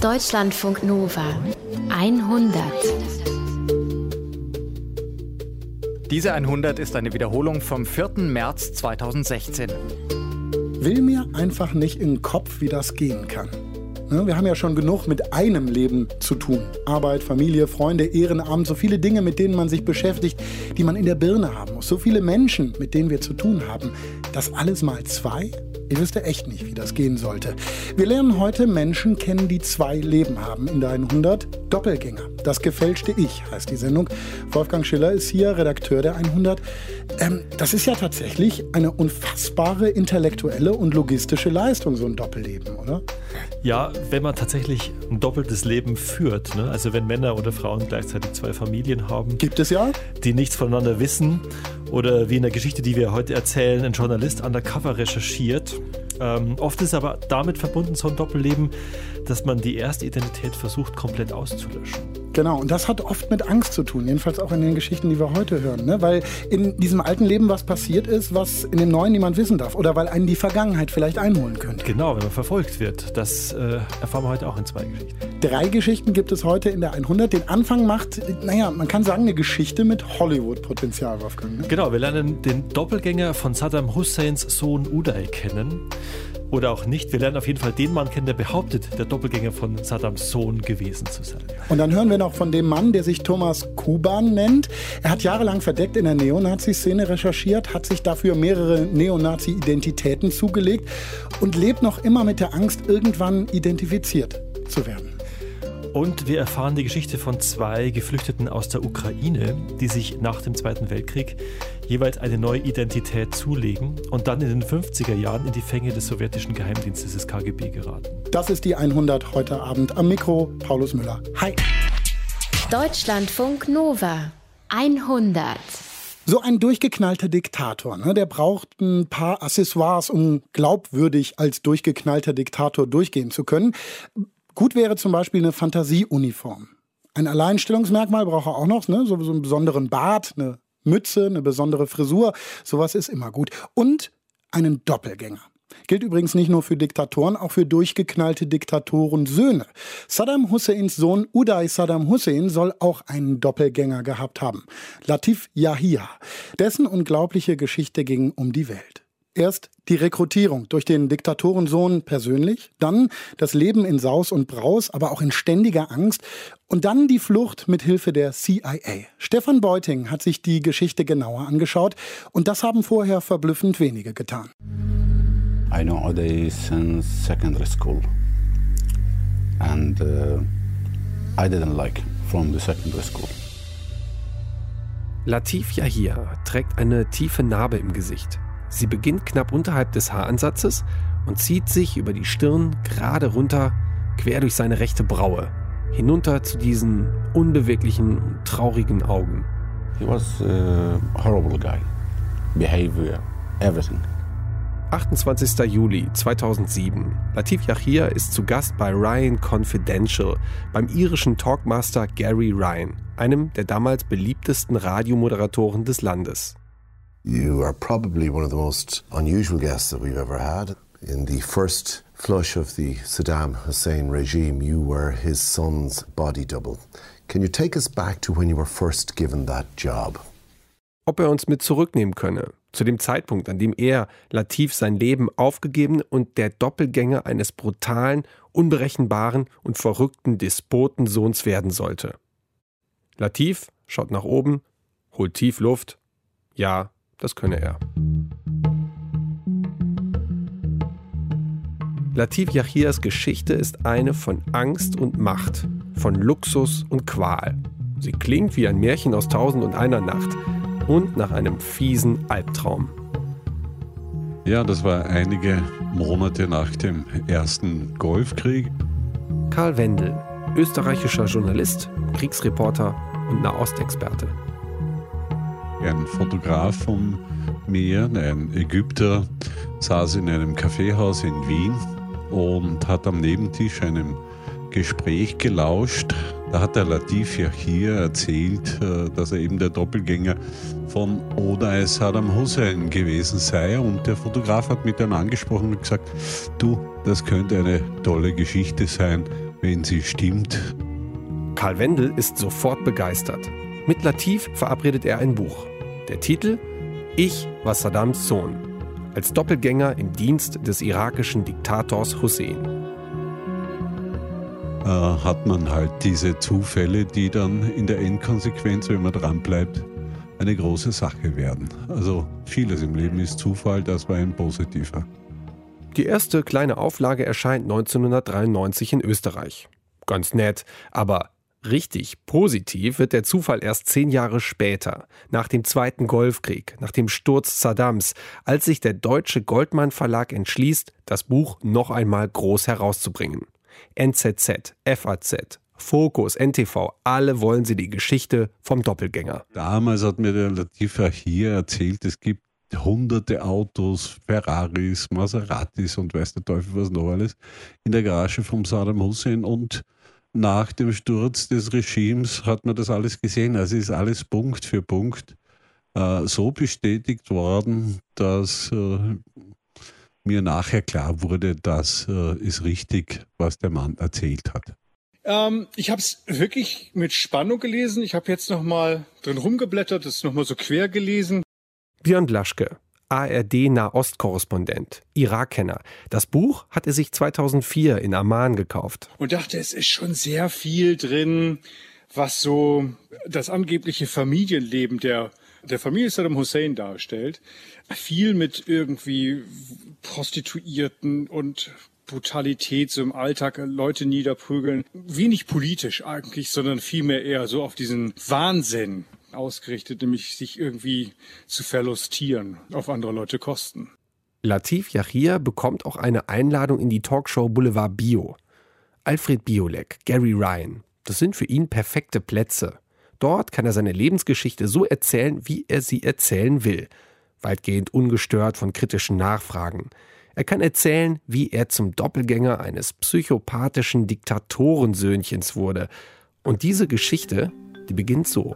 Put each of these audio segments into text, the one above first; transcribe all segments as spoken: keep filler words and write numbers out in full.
Deutschlandfunk Nova hundert. Diese hundert ist eine Wiederholung vom vierten März zweitausendsechzehn. Will mir einfach nicht in den Kopf, wie das gehen kann. Wir haben ja schon genug mit einem Leben zu tun. Arbeit, Familie, Freunde, Ehrenamt, so viele Dinge, mit denen man sich beschäftigt, die man in der Birne haben muss. So viele Menschen, mit denen wir zu tun haben. Das alles mal zwei? Ich wüsste echt nicht, wie das gehen sollte. Wir lernen heute Menschen kennen, die zwei Leben haben in der hundert. Doppelgänger. Das gefälschte Ich heißt die Sendung. Wolfgang Schiller ist hier, Redakteur der hundert. Ähm, das ist ja tatsächlich eine unfassbare intellektuelle und logistische Leistung, so ein Doppelleben, oder? Ja, wenn man tatsächlich ein doppeltes Leben führt, ne? Also wenn Männer oder Frauen gleichzeitig zwei Familien haben. Gibt es ja. Die nichts voneinander wissen. Oder wie in der Geschichte, die wir heute erzählen, ein Journalist undercover recherchiert. Ähm, oft ist aber damit verbunden so ein Doppelleben, dass man die erste Identität versucht, komplett auszulöschen. Genau, und das hat oft mit Angst zu tun, jedenfalls auch in den Geschichten, die wir heute hören. Ne? Weil in diesem alten Leben was passiert ist, was in dem neuen niemand wissen darf. Oder weil einen die Vergangenheit vielleicht einholen könnte. Genau, wenn man verfolgt wird. Das äh, erfahren wir heute auch in zwei Geschichten. Drei Geschichten gibt es heute in der hundert. Den Anfang macht, naja, man kann sagen, eine Geschichte mit Hollywood-Potenzial, Wolfgang. Ne? Genau, wir lernen den Doppelgänger von Saddam Husseins Sohn Uday kennen. Oder auch nicht. Wir lernen auf jeden Fall den Mann kennen, der behauptet, der Doppelgänger von Saddams Sohn gewesen zu sein. Und dann hören wir noch von dem Mann, der sich Thomas Kuban nennt. Er hat jahrelang verdeckt in der Neonazi-Szene recherchiert, hat sich dafür mehrere Neonazi-Identitäten zugelegt und lebt noch immer mit der Angst, irgendwann identifiziert zu werden. Und wir erfahren die Geschichte von zwei Geflüchteten aus der Ukraine, die sich nach dem Zweiten Weltkrieg jeweils eine neue Identität zulegen und dann in den fünfziger Jahren in die Fänge des sowjetischen Geheimdienstes des K G B geraten. Das ist die hundert heute Abend. Am Mikro Paulus Müller. Hi. Deutschlandfunk Nova hundert. So ein durchgeknallter Diktator, ne, der braucht ein paar Accessoires, um glaubwürdig als durchgeknallter Diktator durchgehen zu können. Gut wäre zum Beispiel eine Fantasieuniform. Ein Alleinstellungsmerkmal braucht er auch noch, ne? so, so einen besonderen Bart, eine Mütze, eine besondere Frisur. Sowas ist immer gut. Und einen Doppelgänger. Gilt übrigens nicht nur für Diktatoren, auch für durchgeknallte Diktatorensöhne. Saddam Husseins Sohn Uday Saddam Hussein soll auch einen Doppelgänger gehabt haben. Latif Yahia. Dessen unglaubliche Geschichte ging um die Welt. Erst die Rekrutierung durch den Diktatorensohn persönlich, dann das Leben in Saus und Braus, aber auch in ständiger Angst und dann die Flucht mit Hilfe der C I A. Stefan Beuting hat sich die Geschichte genauer angeschaut und das haben vorher verblüffend wenige getan. I know Uday since secondary school and uh, I didn't like from the secondary school. Latif Yahia trägt eine tiefe Narbe im Gesicht. Sie beginnt knapp unterhalb des Haaransatzes und zieht sich über die Stirn gerade runter, quer durch seine rechte Braue, hinunter zu diesen unbeweglichen, traurigen Augen. He was a horrible guy. Behavior, everything. achtundzwanzigster Juli zweitausendsieben. Latif Yahia ist zu Gast bei Ryan Confidential, beim irischen Talkmaster Gary Ryan, einem der damals beliebtesten Radiomoderatoren des Landes. You are probably one of the most unusual guests that we've ever had. In the first flush of the Saddam Hussein regime, you were his son's body double. Can you take us back to when you were first given that job? Ob er uns mit zurücknehmen könne, zu dem Zeitpunkt, an dem er, Latif, sein Leben aufgegeben und der Doppelgänger eines brutalen, unberechenbaren und verrückten Despotensohns werden sollte. Latif schaut nach oben, holt tief Luft. Ja, das könne er. Latif Yahias Geschichte ist eine von Angst und Macht, von Luxus und Qual. Sie klingt wie ein Märchen aus Tausend und einer Nacht und nach einem fiesen Albtraum. Ja, das war einige Monate nach dem ersten Golfkrieg. Karl Wendel, österreichischer Journalist, Kriegsreporter und Nahostexperte. Ein Fotograf von mir, ein Ägypter, saß in einem Kaffeehaus in Wien und hat am Nebentisch einem Gespräch gelauscht. Da hat der Latif Yahia erzählt, dass er eben der Doppelgänger von Uday Saddam Hussein gewesen sei. Und der Fotograf hat mich dann angesprochen und gesagt, du, das könnte eine tolle Geschichte sein. wenn sie stimmt. Karl Wendel ist sofort begeistert. Mit Latif verabredet er ein Buch. Der Titel: Ich war Saddams Sohn. Als Doppelgänger im Dienst des irakischen Diktators Hussein. Äh, hat man halt diese Zufälle, die dann in der Endkonsequenz, wenn man dran bleibt, eine große Sache werden. Also vieles im Leben ist Zufall, das war ein positiver. Die erste kleine Auflage erscheint neunzehnhundertdreiundneunzig in Österreich. Ganz nett, aber richtig positiv wird der Zufall erst zehn Jahre später, nach dem Zweiten Golfkrieg, nach dem Sturz Saddams, als sich der deutsche Goldmann Verlag entschließt, das Buch noch einmal groß herauszubringen. N Z Z, F A Z, Focus, N T V, alle wollen sie die Geschichte vom Doppelgänger. Damals hat mir der Latif hier erzählt, es gibt hunderte Autos, Ferraris, Maseratis und weiß der Teufel was noch alles in der Garage vom Saddam Hussein, und nach dem Sturz des Regimes hat man das alles gesehen. Also ist alles Punkt für Punkt äh, so bestätigt worden, dass äh, mir nachher klar wurde, das äh, ist richtig, was der Mann erzählt hat. Ähm, ich habe es wirklich mit Spannung gelesen. Ich habe jetzt noch mal drin rumgeblättert, das noch mal so quer gelesen. Björn Blaschke, A R D-Nahost-Korrespondent, Irak-Kenner. Das Buch hat er sich zweitausendvier in Amman gekauft. Und dachte, es ist schon sehr viel drin, was so das angebliche Familienleben der, der Familie Saddam Hussein darstellt. Viel mit irgendwie Prostituierten und Brutalität so im Alltag, Leute niederprügeln. Wenig politisch eigentlich, sondern vielmehr eher so auf diesen Wahnsinn ausgerichtet, nämlich sich irgendwie zu verlustieren auf andere Leute Kosten. Latif Yahia bekommt auch eine Einladung in die Talkshow Boulevard Bio. Alfred Biolek, Gary Ryan, das sind für ihn perfekte Plätze. Dort kann er seine Lebensgeschichte so erzählen, wie er sie erzählen will. Weitgehend ungestört von kritischen Nachfragen. Er kann erzählen, wie er zum Doppelgänger eines psychopathischen Diktatorensöhnchens wurde. Und diese Geschichte, die beginnt so.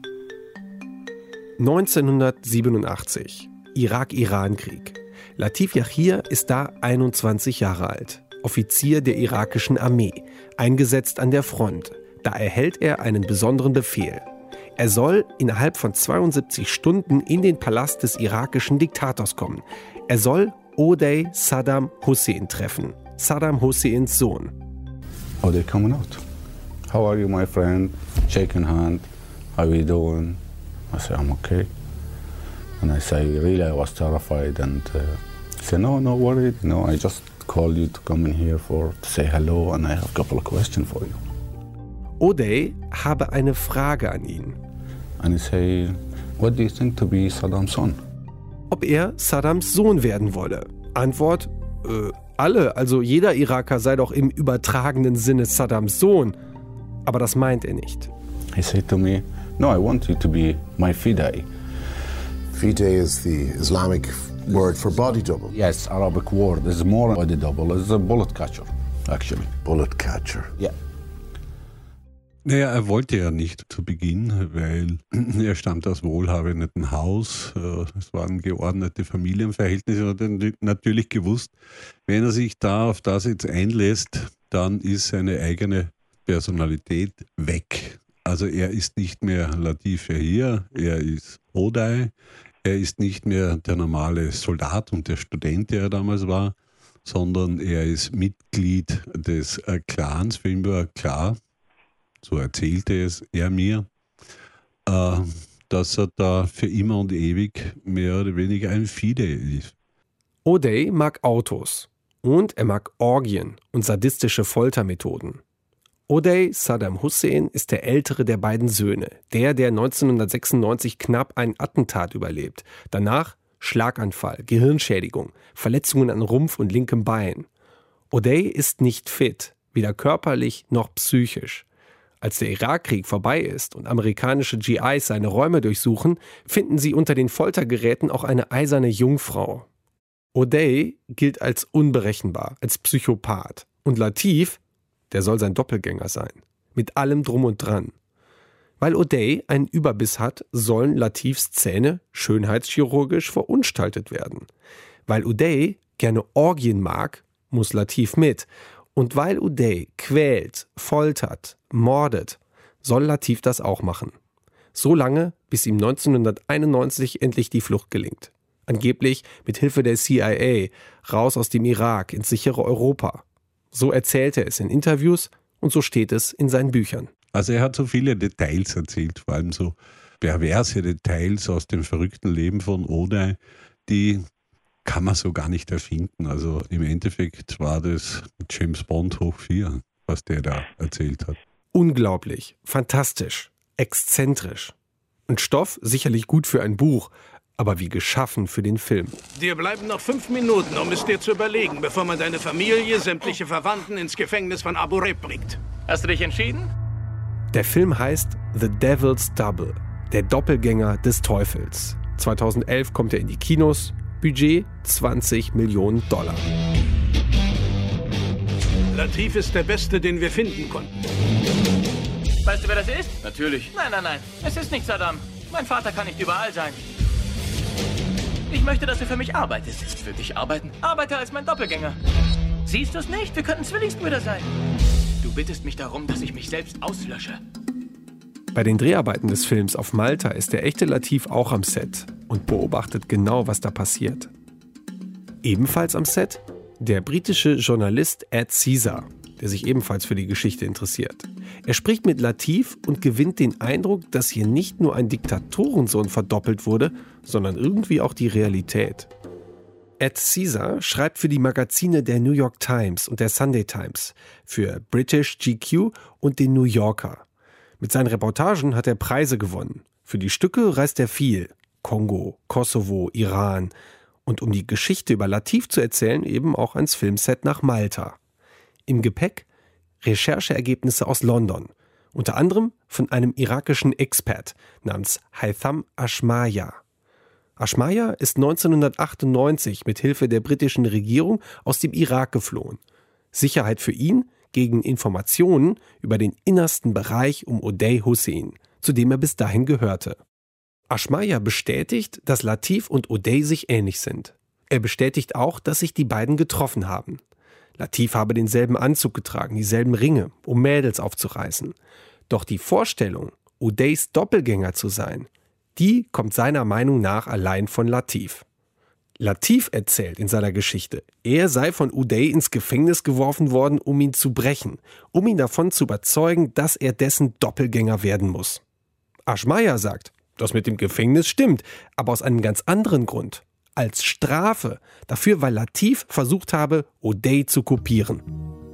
neunzehnhundertsiebenundachtzig, Irak-Iran-Krieg. Latif Yahia ist da einundzwanzig Jahre alt, Offizier der irakischen Armee, eingesetzt an der Front. Da erhält er einen besonderen Befehl. Er soll innerhalb von zweiundsiebzig Stunden in den Palast des irakischen Diktators kommen. Er soll Uday Saddam Hussein treffen, Saddam Husseins Sohn. Uday coming out. How are you, my friend? Shaking hand. How are you doing? I say, I'm okay. And I say, really, I was terrified. And uh, he said, no, no worry. You know, I just called you to come in here for to say hello, and I have a couple of questions for you. Uday habe eine Frage an ihn. And I say, what do you think to be Saddam's son? Ob er Saddams Sohn werden wolle. Antwort, äh, alle, also jeder Iraker sei doch im übertragenen Sinne Saddams Sohn. Aber das meint er nicht. He said to me, no, I want you to be my fidei. Fidei is the Islamic word for body double. Yes, Arabic word is more body double. It's a bullet catcher, actually. Bullet catcher. Yeah. Naja, er wollte ja nicht zu Beginn, weil er stammt aus wohlhabendem Haus. Es waren geordnete Familienverhältnisse. Er hat natürlich gewusst, wenn er sich da auf das jetzt einlässt, dann ist seine eigene Personalität weg. Also er ist nicht mehr Latif Yahia, er ist Uday, er ist nicht mehr der normale Soldat und der Student, der er damals war, sondern er ist Mitglied des Clans. Für ihn war klar, so erzählte es er mir, äh, dass er da für immer und ewig mehr oder weniger ein Fidei ist. Uday mag Autos und er mag Orgien und sadistische Foltermethoden. Uday Saddam Hussein ist der ältere der beiden Söhne, der, der neunzehnhundertsechsundneunzig knapp ein Attentat überlebt. Danach Schlaganfall, Gehirnschädigung, Verletzungen an Rumpf und linkem Bein. Uday ist nicht fit, weder körperlich noch psychisch. Als der Irakkrieg vorbei ist und amerikanische G Is seine Räume durchsuchen, finden sie unter den Foltergeräten auch eine eiserne Jungfrau. Uday gilt als unberechenbar, als Psychopath. Und Latif, der soll sein Doppelgänger sein. Mit allem Drum und Dran. Weil Uday einen Überbiss hat, sollen Latifs Zähne schönheitschirurgisch verunstaltet werden. Weil Uday gerne Orgien mag, muss Latif mit. Und weil Uday quält, foltert, mordet, soll Latif das auch machen. So lange, bis ihm neunzehnhunderteinundneunzig endlich die Flucht gelingt. Angeblich mit Hilfe der C I A raus aus dem Irak ins sichere Europa. So erzählt er es in Interviews und so steht es in seinen Büchern. Also er hat so viele Details erzählt, vor allem so perverse Details aus dem verrückten Leben von Uday, die kann man so gar nicht erfinden. Also im Endeffekt war das James Bond hoch vier, was der da erzählt hat. Unglaublich, fantastisch, exzentrisch. Und Stoff sicherlich gut für ein Buch, aber wie geschaffen für den Film. Dir bleiben noch fünf Minuten, um es dir zu überlegen, bevor man deine Familie, sämtliche Verwandten ins Gefängnis von Abu Ghraib bringt. Hast du dich entschieden? Der Film heißt The Devil's Double, der Doppelgänger des Teufels. zweitausendelf kommt er in die Kinos, Budget zwanzig Millionen Dollar. Latif ist der Beste, den wir finden konnten. Weißt du, wer das ist? Natürlich. Nein, nein, nein. Es ist nicht Saddam. Mein Vater kann nicht überall sein. Ich möchte, dass du für mich arbeitest. Für dich arbeiten? Arbeite als mein Doppelgänger. Siehst du es nicht? Wir könnten Zwillingsbrüder sein. Du bittest mich darum, dass ich mich selbst auslösche. Bei den Dreharbeiten des Films auf Malta ist der echte Latif auch am Set und beobachtet genau, was da passiert. Ebenfalls am Set der britische Journalist Ed Caesar, der sich ebenfalls für die Geschichte interessiert. Er spricht mit Latif und gewinnt den Eindruck, dass hier nicht nur ein Diktatorensohn verdoppelt wurde, sondern irgendwie auch die Realität. Ed Caesar schreibt für die Magazine der New York Times und der Sunday Times, für British G Q und den New Yorker. Mit seinen Reportagen hat er Preise gewonnen. Für die Stücke reist er viel. Kongo, Kosovo, Iran. Und um die Geschichte über Latif zu erzählen, eben auch ans Filmset nach Malta. Im Gepäck Rechercheergebnisse aus London. Unter anderem von einem irakischen Expert namens Haytham Ashmaya. Ashmaya ist neunzehnhundertachtundneunzig mit Hilfe der britischen Regierung aus dem Irak geflohen. Sicherheit für ihn gegen Informationen über den innersten Bereich um Uday Hussein, zu dem er bis dahin gehörte. Ashmaya bestätigt, dass Latif und Uday sich ähnlich sind. Er bestätigt auch, dass sich die beiden getroffen haben. Latif habe denselben Anzug getragen, dieselben Ringe, um Mädels aufzureißen. Doch die Vorstellung, Udays Doppelgänger zu sein, die kommt seiner Meinung nach allein von Latif. Latif erzählt in seiner Geschichte, er sei von Uday ins Gefängnis geworfen worden, um ihn zu brechen, um ihn davon zu überzeugen, dass er dessen Doppelgänger werden muss. Ashmaya sagt, das mit dem Gefängnis stimmt, aber aus einem ganz anderen Grund. Als Strafe dafür, weil Latif versucht habe, Uday zu kopieren.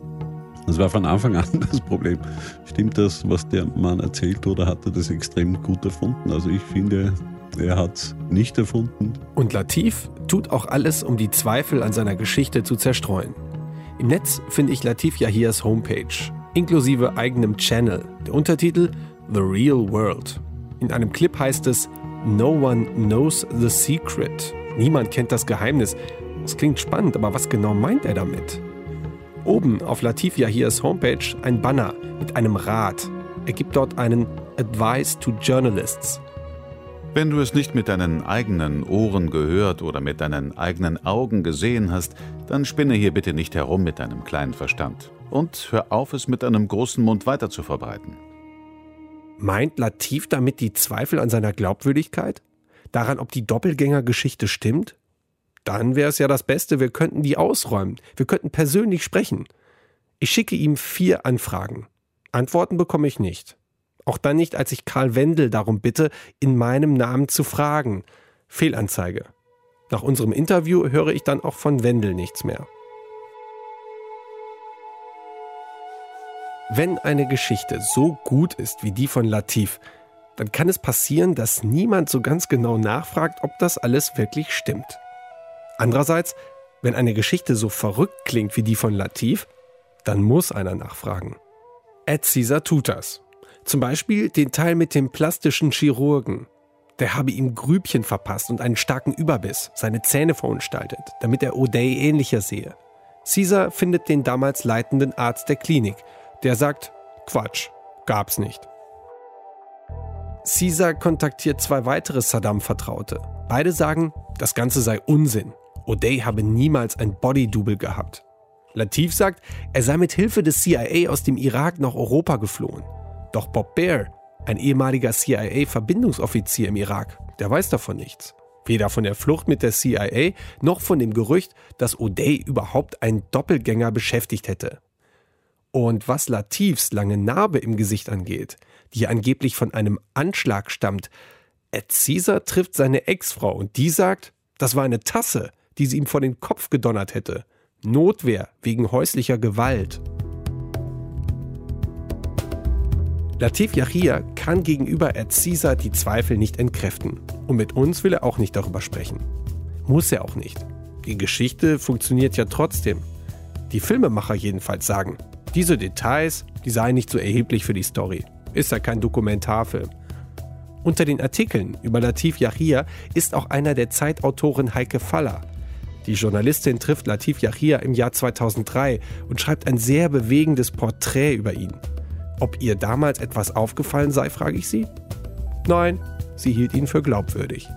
Das war von Anfang an das Problem. Stimmt das, was der Mann erzählt, oder hat er das extrem gut erfunden? Also ich finde, er hat es nicht erfunden. Und Latif tut auch alles, um die Zweifel an seiner Geschichte zu zerstreuen. Im Netz finde ich Latif Yahias Homepage, inklusive eigenem Channel. Der Untertitel The Real World. In einem Clip heißt es No one knows the secret. Niemand kennt das Geheimnis. Das klingt spannend, aber was genau meint er damit? Oben auf Latif Yahias Homepage ein Banner mit einem Rat. Er gibt dort einen Advice to Journalists. Wenn du es nicht mit deinen eigenen Ohren gehört oder mit deinen eigenen Augen gesehen hast, dann spinne hier bitte nicht herum mit deinem kleinen Verstand. Und hör auf, es mit einem großen Mund weiter zu verbreiten. Meint Latif damit die Zweifel an seiner Glaubwürdigkeit? Daran, ob die Doppelgängergeschichte stimmt? Dann wäre es ja das Beste, wir könnten die ausräumen. Wir könnten persönlich sprechen. Ich schicke ihm vier Anfragen. Antworten bekomme ich nicht. Auch dann nicht, als ich Karl Wendel darum bitte, in meinem Namen zu fragen. Fehlanzeige. Nach unserem Interview höre ich dann auch von Wendel nichts mehr. Wenn eine Geschichte so gut ist wie die von Latif, dann kann es passieren, dass niemand so ganz genau nachfragt, ob das alles wirklich stimmt. Andererseits, wenn eine Geschichte so verrückt klingt wie die von Latif, dann muss einer nachfragen. Ed Caesar tut das. Zum Beispiel den Teil mit dem plastischen Chirurgen. Der habe ihm Grübchen verpasst und einen starken Überbiss, seine Zähne verunstaltet, damit er Uday ähnlicher sehe. Caesar findet den damals leitenden Arzt der Klinik. Der sagt, Quatsch, gab's nicht. Caesar kontaktiert zwei weitere Saddam-Vertraute. Beide sagen, das Ganze sei Unsinn. Uday habe niemals ein Body-Double gehabt. Latif sagt, er sei mit Hilfe des C I A aus dem Irak nach Europa geflohen. Doch Bob Baer, ein ehemaliger C I A-Verbindungsoffizier im Irak, der weiß davon nichts. Weder von der Flucht mit der C I A, noch von dem Gerücht, dass O'Day überhaupt einen Doppelgänger beschäftigt hätte. Und was Latifs lange Narbe im Gesicht angeht, die angeblich von einem Anschlag stammt, Ed Caesar trifft seine Ex-Frau und die sagt, das war eine Tasse, die sie ihm vor den Kopf gedonnert hätte. Notwehr wegen häuslicher Gewalt. Latif Yahia kann gegenüber Ed Caesar die Zweifel nicht entkräften. Und mit uns will er auch nicht darüber sprechen. Muss er auch nicht. Die Geschichte funktioniert ja trotzdem. Die Filmemacher jedenfalls sagen, diese Details, die seien nicht so erheblich für die Story. Ist ja kein Dokumentarfilm. Unter den Artikeln über Latif Yahia ist auch einer der Zeitautoren Heike Faller. Die Journalistin trifft Latif Yahia im Jahr zweitausenddrei und schreibt ein sehr bewegendes Porträt über ihn. Ob ihr damals etwas aufgefallen sei, frage ich sie. Nein, sie hielt ihn für glaubwürdig.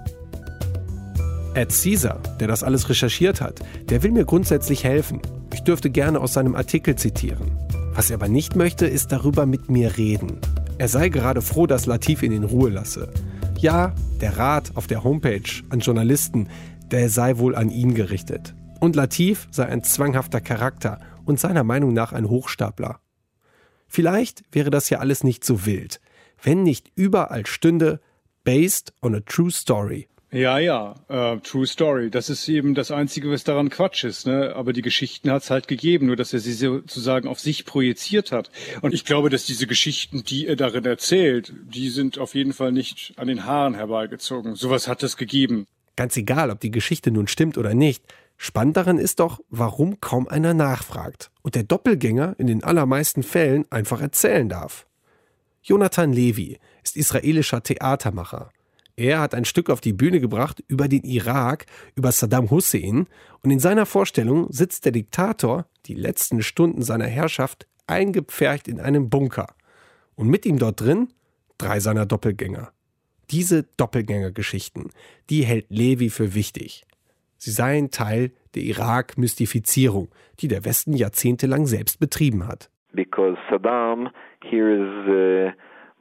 Ed Caesar, der das alles recherchiert hat, der will mir grundsätzlich helfen. Ich dürfte gerne aus seinem Artikel zitieren. Was er aber nicht möchte, ist darüber mit mir reden. Er sei gerade froh, dass Latif ihn in Ruhe lasse. Ja, der Rat auf der Homepage an Journalisten, der sei wohl an ihn gerichtet. Und Latif sei ein zwanghafter Charakter und seiner Meinung nach ein Hochstapler. Vielleicht wäre das ja alles nicht so wild, wenn nicht überall stünde, based on a true story. Ja, ja, äh, True Story. Das ist eben das Einzige, was daran Quatsch ist, ne? Aber die Geschichten hat es halt gegeben, nur dass er sie sozusagen auf sich projiziert hat. Und ich glaube, dass diese Geschichten, die er darin erzählt, die sind auf jeden Fall nicht an den Haaren herbeigezogen. Sowas hat es gegeben. Ganz egal, ob die Geschichte nun stimmt oder nicht. Spannend daran ist doch, warum kaum einer nachfragt und der Doppelgänger in den allermeisten Fällen einfach erzählen darf. Jonathan Levy ist israelischer Theatermacher. Er hat ein Stück auf die Bühne gebracht über den Irak, über Saddam Hussein, und in seiner Vorstellung sitzt der Diktator die letzten Stunden seiner Herrschaft eingepfercht in einem Bunker. Und mit ihm dort drin drei seiner Doppelgänger. Diese Doppelgängergeschichten, die hält Levy für wichtig. Sie seien Teil der Irak-Mystifizierung, die der Westen jahrzehntelang selbst betrieben hat. Because Saddam here is uh,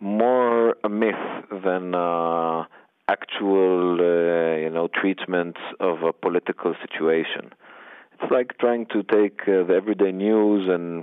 more a myth than uh actual, uh, you know, treatment of a political situation. It's like trying to take uh, the everyday news and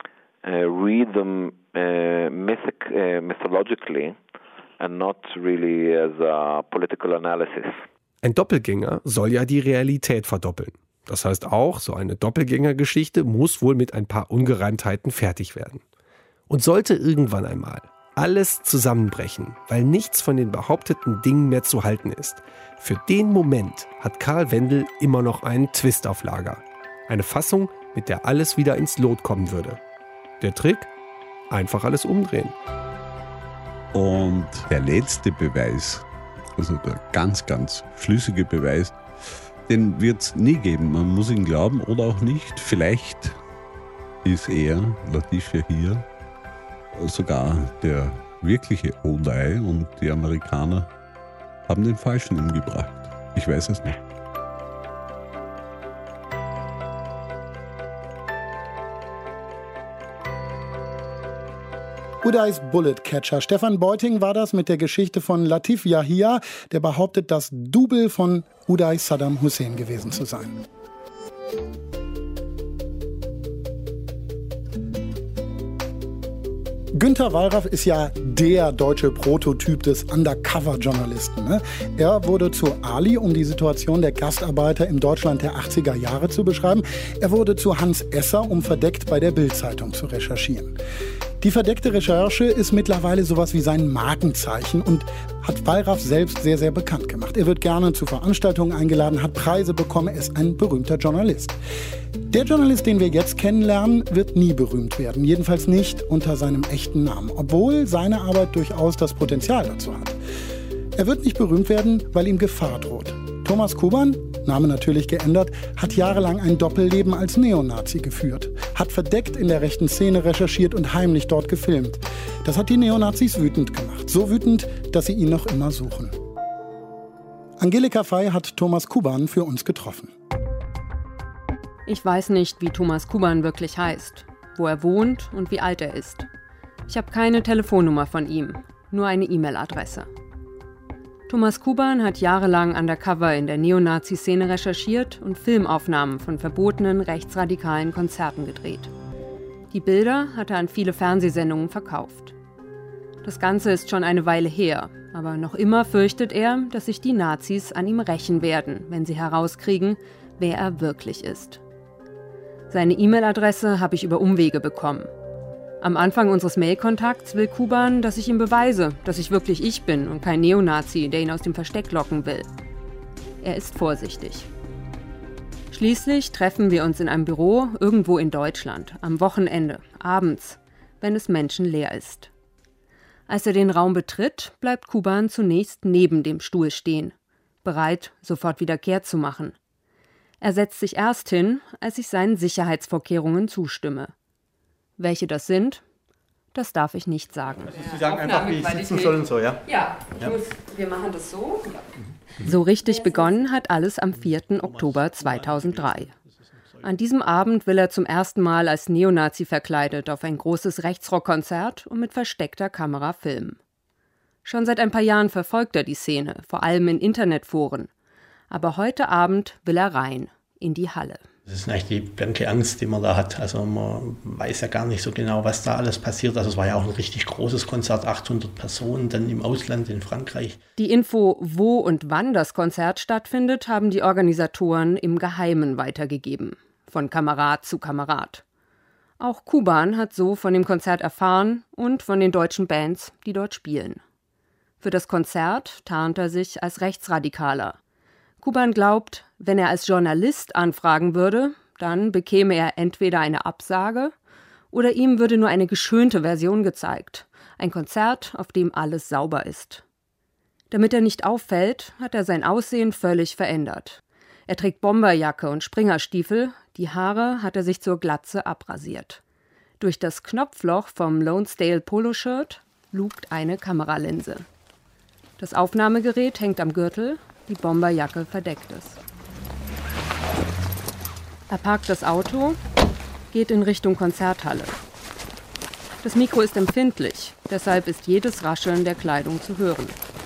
uh, read them uh, mythic, uh, mythologically and not really as a political analysis. Ein Doppelgänger soll ja die Realität verdoppeln. Das heißt auch, so eine Doppelgängergeschichte muss wohl mit ein paar Ungereimtheiten fertig werden. Und sollte irgendwann einmal alles zusammenbrechen, weil nichts von den behaupteten Dingen mehr zu halten ist. Für den Moment hat Karl Wendel immer noch einen Twist auf Lager. Eine Fassung, mit der alles wieder ins Lot kommen würde. Der Trick? Einfach alles umdrehen. Und der letzte Beweis, also der ganz, ganz flüssige Beweis, den wird es nie geben. Man muss ihn glauben oder auch nicht. Vielleicht ist er, Latif Yahia, sogar der wirkliche O'Day und die Amerikaner haben den Falschen umgebracht. Ich weiß es nicht. O'Days Bulletcatcher. Stefan Beuting war das mit der Geschichte von Latif Yahia, der behauptet, das Double von O'Day Saddam Hussein gewesen zu sein. Günter Wallraff ist ja der deutsche Prototyp des Undercover-Journalisten. Ne? Er wurde zu Ali, um die Situation der Gastarbeiter im Deutschland der achtziger Jahre zu beschreiben. Er wurde zu Hans Esser, um verdeckt bei der Bild-Zeitung zu recherchieren. Die verdeckte Recherche ist mittlerweile sowas wie sein Markenzeichen und hat Wallraff selbst sehr, sehr bekannt gemacht. Er wird gerne zu Veranstaltungen eingeladen, hat Preise bekommen, er ist ein berühmter Journalist. Der Journalist, den wir jetzt kennenlernen, wird nie berühmt werden. Jedenfalls nicht unter seinem echten Namen, obwohl seine Arbeit durchaus das Potenzial dazu hat. Er wird nicht berühmt werden, weil ihm Gefahr droht. Thomas Kuban, Name natürlich geändert, hat jahrelang ein Doppelleben als Neonazi geführt, hat verdeckt in der rechten Szene recherchiert und heimlich dort gefilmt. Das hat die Neonazis wütend gemacht. So wütend, dass sie ihn noch immer suchen. Angelika Fey hat Thomas Kuban für uns getroffen. Ich weiß nicht, wie Thomas Kuban wirklich heißt, wo er wohnt und wie alt er ist. Ich habe keine Telefonnummer von ihm, nur eine E-Mail-Adresse. Thomas Kuban hat jahrelang undercover in der Neonazi-Szene recherchiert und Filmaufnahmen von verbotenen rechtsradikalen Konzerten gedreht. Die Bilder hat er an viele Fernsehsendungen verkauft. Das Ganze ist schon eine Weile her, aber noch immer fürchtet er, dass sich die Nazis an ihm rächen werden, wenn sie herauskriegen, wer er wirklich ist. Seine E-Mail-Adresse habe ich über Umwege bekommen. Am Anfang unseres Mail-Kontakts will Kuban, dass ich ihm beweise, dass ich wirklich ich bin und kein Neonazi, der ihn aus dem Versteck locken will. Er ist vorsichtig. Schließlich treffen wir uns in einem Büro irgendwo in Deutschland, am Wochenende, abends, wenn es menschenleer ist. Als er den Raum betritt, bleibt Kuban zunächst neben dem Stuhl stehen, bereit, sofort wieder kehrt zu machen. Er setzt sich erst hin, als ich seinen Sicherheitsvorkehrungen zustimme. Welche das sind, das darf ich nicht sagen. Sie sagen einfach, wie ich sitzen soll und so, ja? Ja, ich ja. Muss, wir machen das so. So richtig begonnen hat alles am vierten Oktober zweitausenddrei. An diesem Abend will er zum ersten Mal als Neonazi verkleidet auf ein großes Rechtsrockkonzert und mit versteckter Kamera filmen. Schon seit ein paar Jahren verfolgt er die Szene, vor allem in Internetforen. Aber heute Abend will er rein, in die Halle. Das ist eigentlich die blanke Angst, die man da hat. Also man weiß ja gar nicht so genau, was da alles passiert. Also es war ja auch ein richtig großes Konzert, achthundert Personen, dann im Ausland in Frankreich. Die Info, wo und wann das Konzert stattfindet, haben die Organisatoren im Geheimen weitergegeben. Von Kamerad zu Kamerad. Auch Kuban hat so von dem Konzert erfahren und von den deutschen Bands, die dort spielen. Für das Konzert tarnt er sich als Rechtsradikaler. Kuban glaubt, wenn er als Journalist anfragen würde, dann bekäme er entweder eine Absage oder ihm würde nur eine geschönte Version gezeigt. Ein Konzert, auf dem alles sauber ist. Damit er nicht auffällt, hat er sein Aussehen völlig verändert. Er trägt Bomberjacke und Springerstiefel, die Haare hat er sich zur Glatze abrasiert. Durch das Knopfloch vom Lonesdale Poloshirt lugt eine Kameralinse. Das Aufnahmegerät hängt am Gürtel, die Bomberjacke verdeckt es. Er parkt das Auto, geht in Richtung Konzerthalle. Das Mikro ist empfindlich, deshalb ist jedes Rascheln der Kleidung zu hören.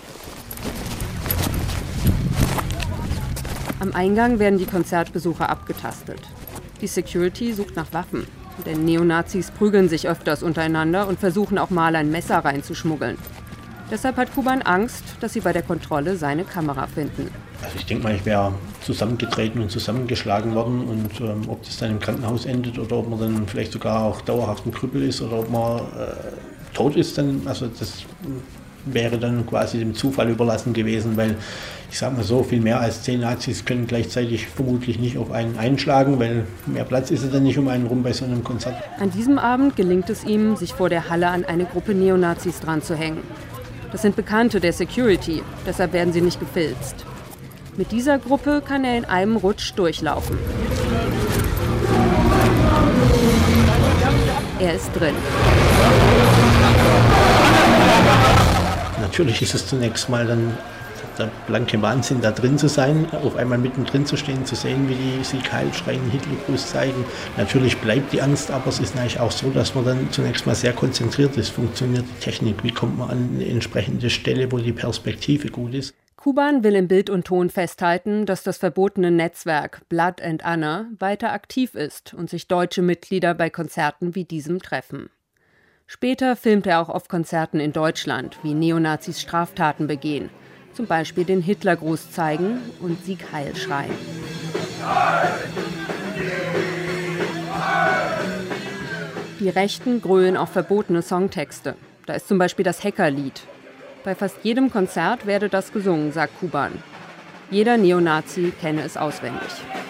Am Eingang werden die Konzertbesucher abgetastet. Die Security sucht nach Waffen, denn Neonazis prügeln sich öfters untereinander und versuchen auch mal ein Messer reinzuschmuggeln. Deshalb hat Kuban Angst, dass sie bei der Kontrolle seine Kamera finden. Also ich denke mal, ich wäre zusammengetreten und zusammengeschlagen worden und ähm, ob das dann im Krankenhaus endet oder ob man dann vielleicht sogar auch dauerhaft ein Krüppel ist oder ob man äh, tot ist, dann, also das wäre dann quasi dem Zufall überlassen gewesen, weil ich sage mal so, viel mehr als zehn Nazis können gleichzeitig vermutlich nicht auf einen einschlagen, weil mehr Platz ist es dann nicht um einen rum bei so einem Konzert. An diesem Abend gelingt es ihm, sich vor der Halle an eine Gruppe Neonazis dran zu hängen. Das sind Bekannte der Security, deshalb werden sie nicht gefilzt. Mit dieser Gruppe kann er in einem Rutsch durchlaufen. Er ist drin. Natürlich ist es zunächst mal dann der blanke Wahnsinn, da drin zu sein, auf einmal mittendrin zu stehen, zu sehen, wie die Sieg Heil schreien, Hitlergruß zeigen. Natürlich bleibt die Angst, aber es ist natürlich auch so, dass man dann zunächst mal sehr konzentriert ist. Funktioniert die Technik? Wie kommt man an eine entsprechende Stelle, wo die Perspektive gut ist? Kuban will in Bild und Ton festhalten, dass das verbotene Netzwerk Blood and Honor weiter aktiv ist und sich deutsche Mitglieder bei Konzerten wie diesem treffen. Später filmt er auch auf Konzerten in Deutschland, wie Neonazis Straftaten begehen, zum Beispiel den Hitlergruß zeigen und Sieg Heil schreien. Die Rechten grölen auch verbotene Songtexte. Da ist zum Beispiel das Hackerlied. Bei fast jedem Konzert werde das gesungen, sagt Kuban. Jeder Neonazi kenne es auswendig.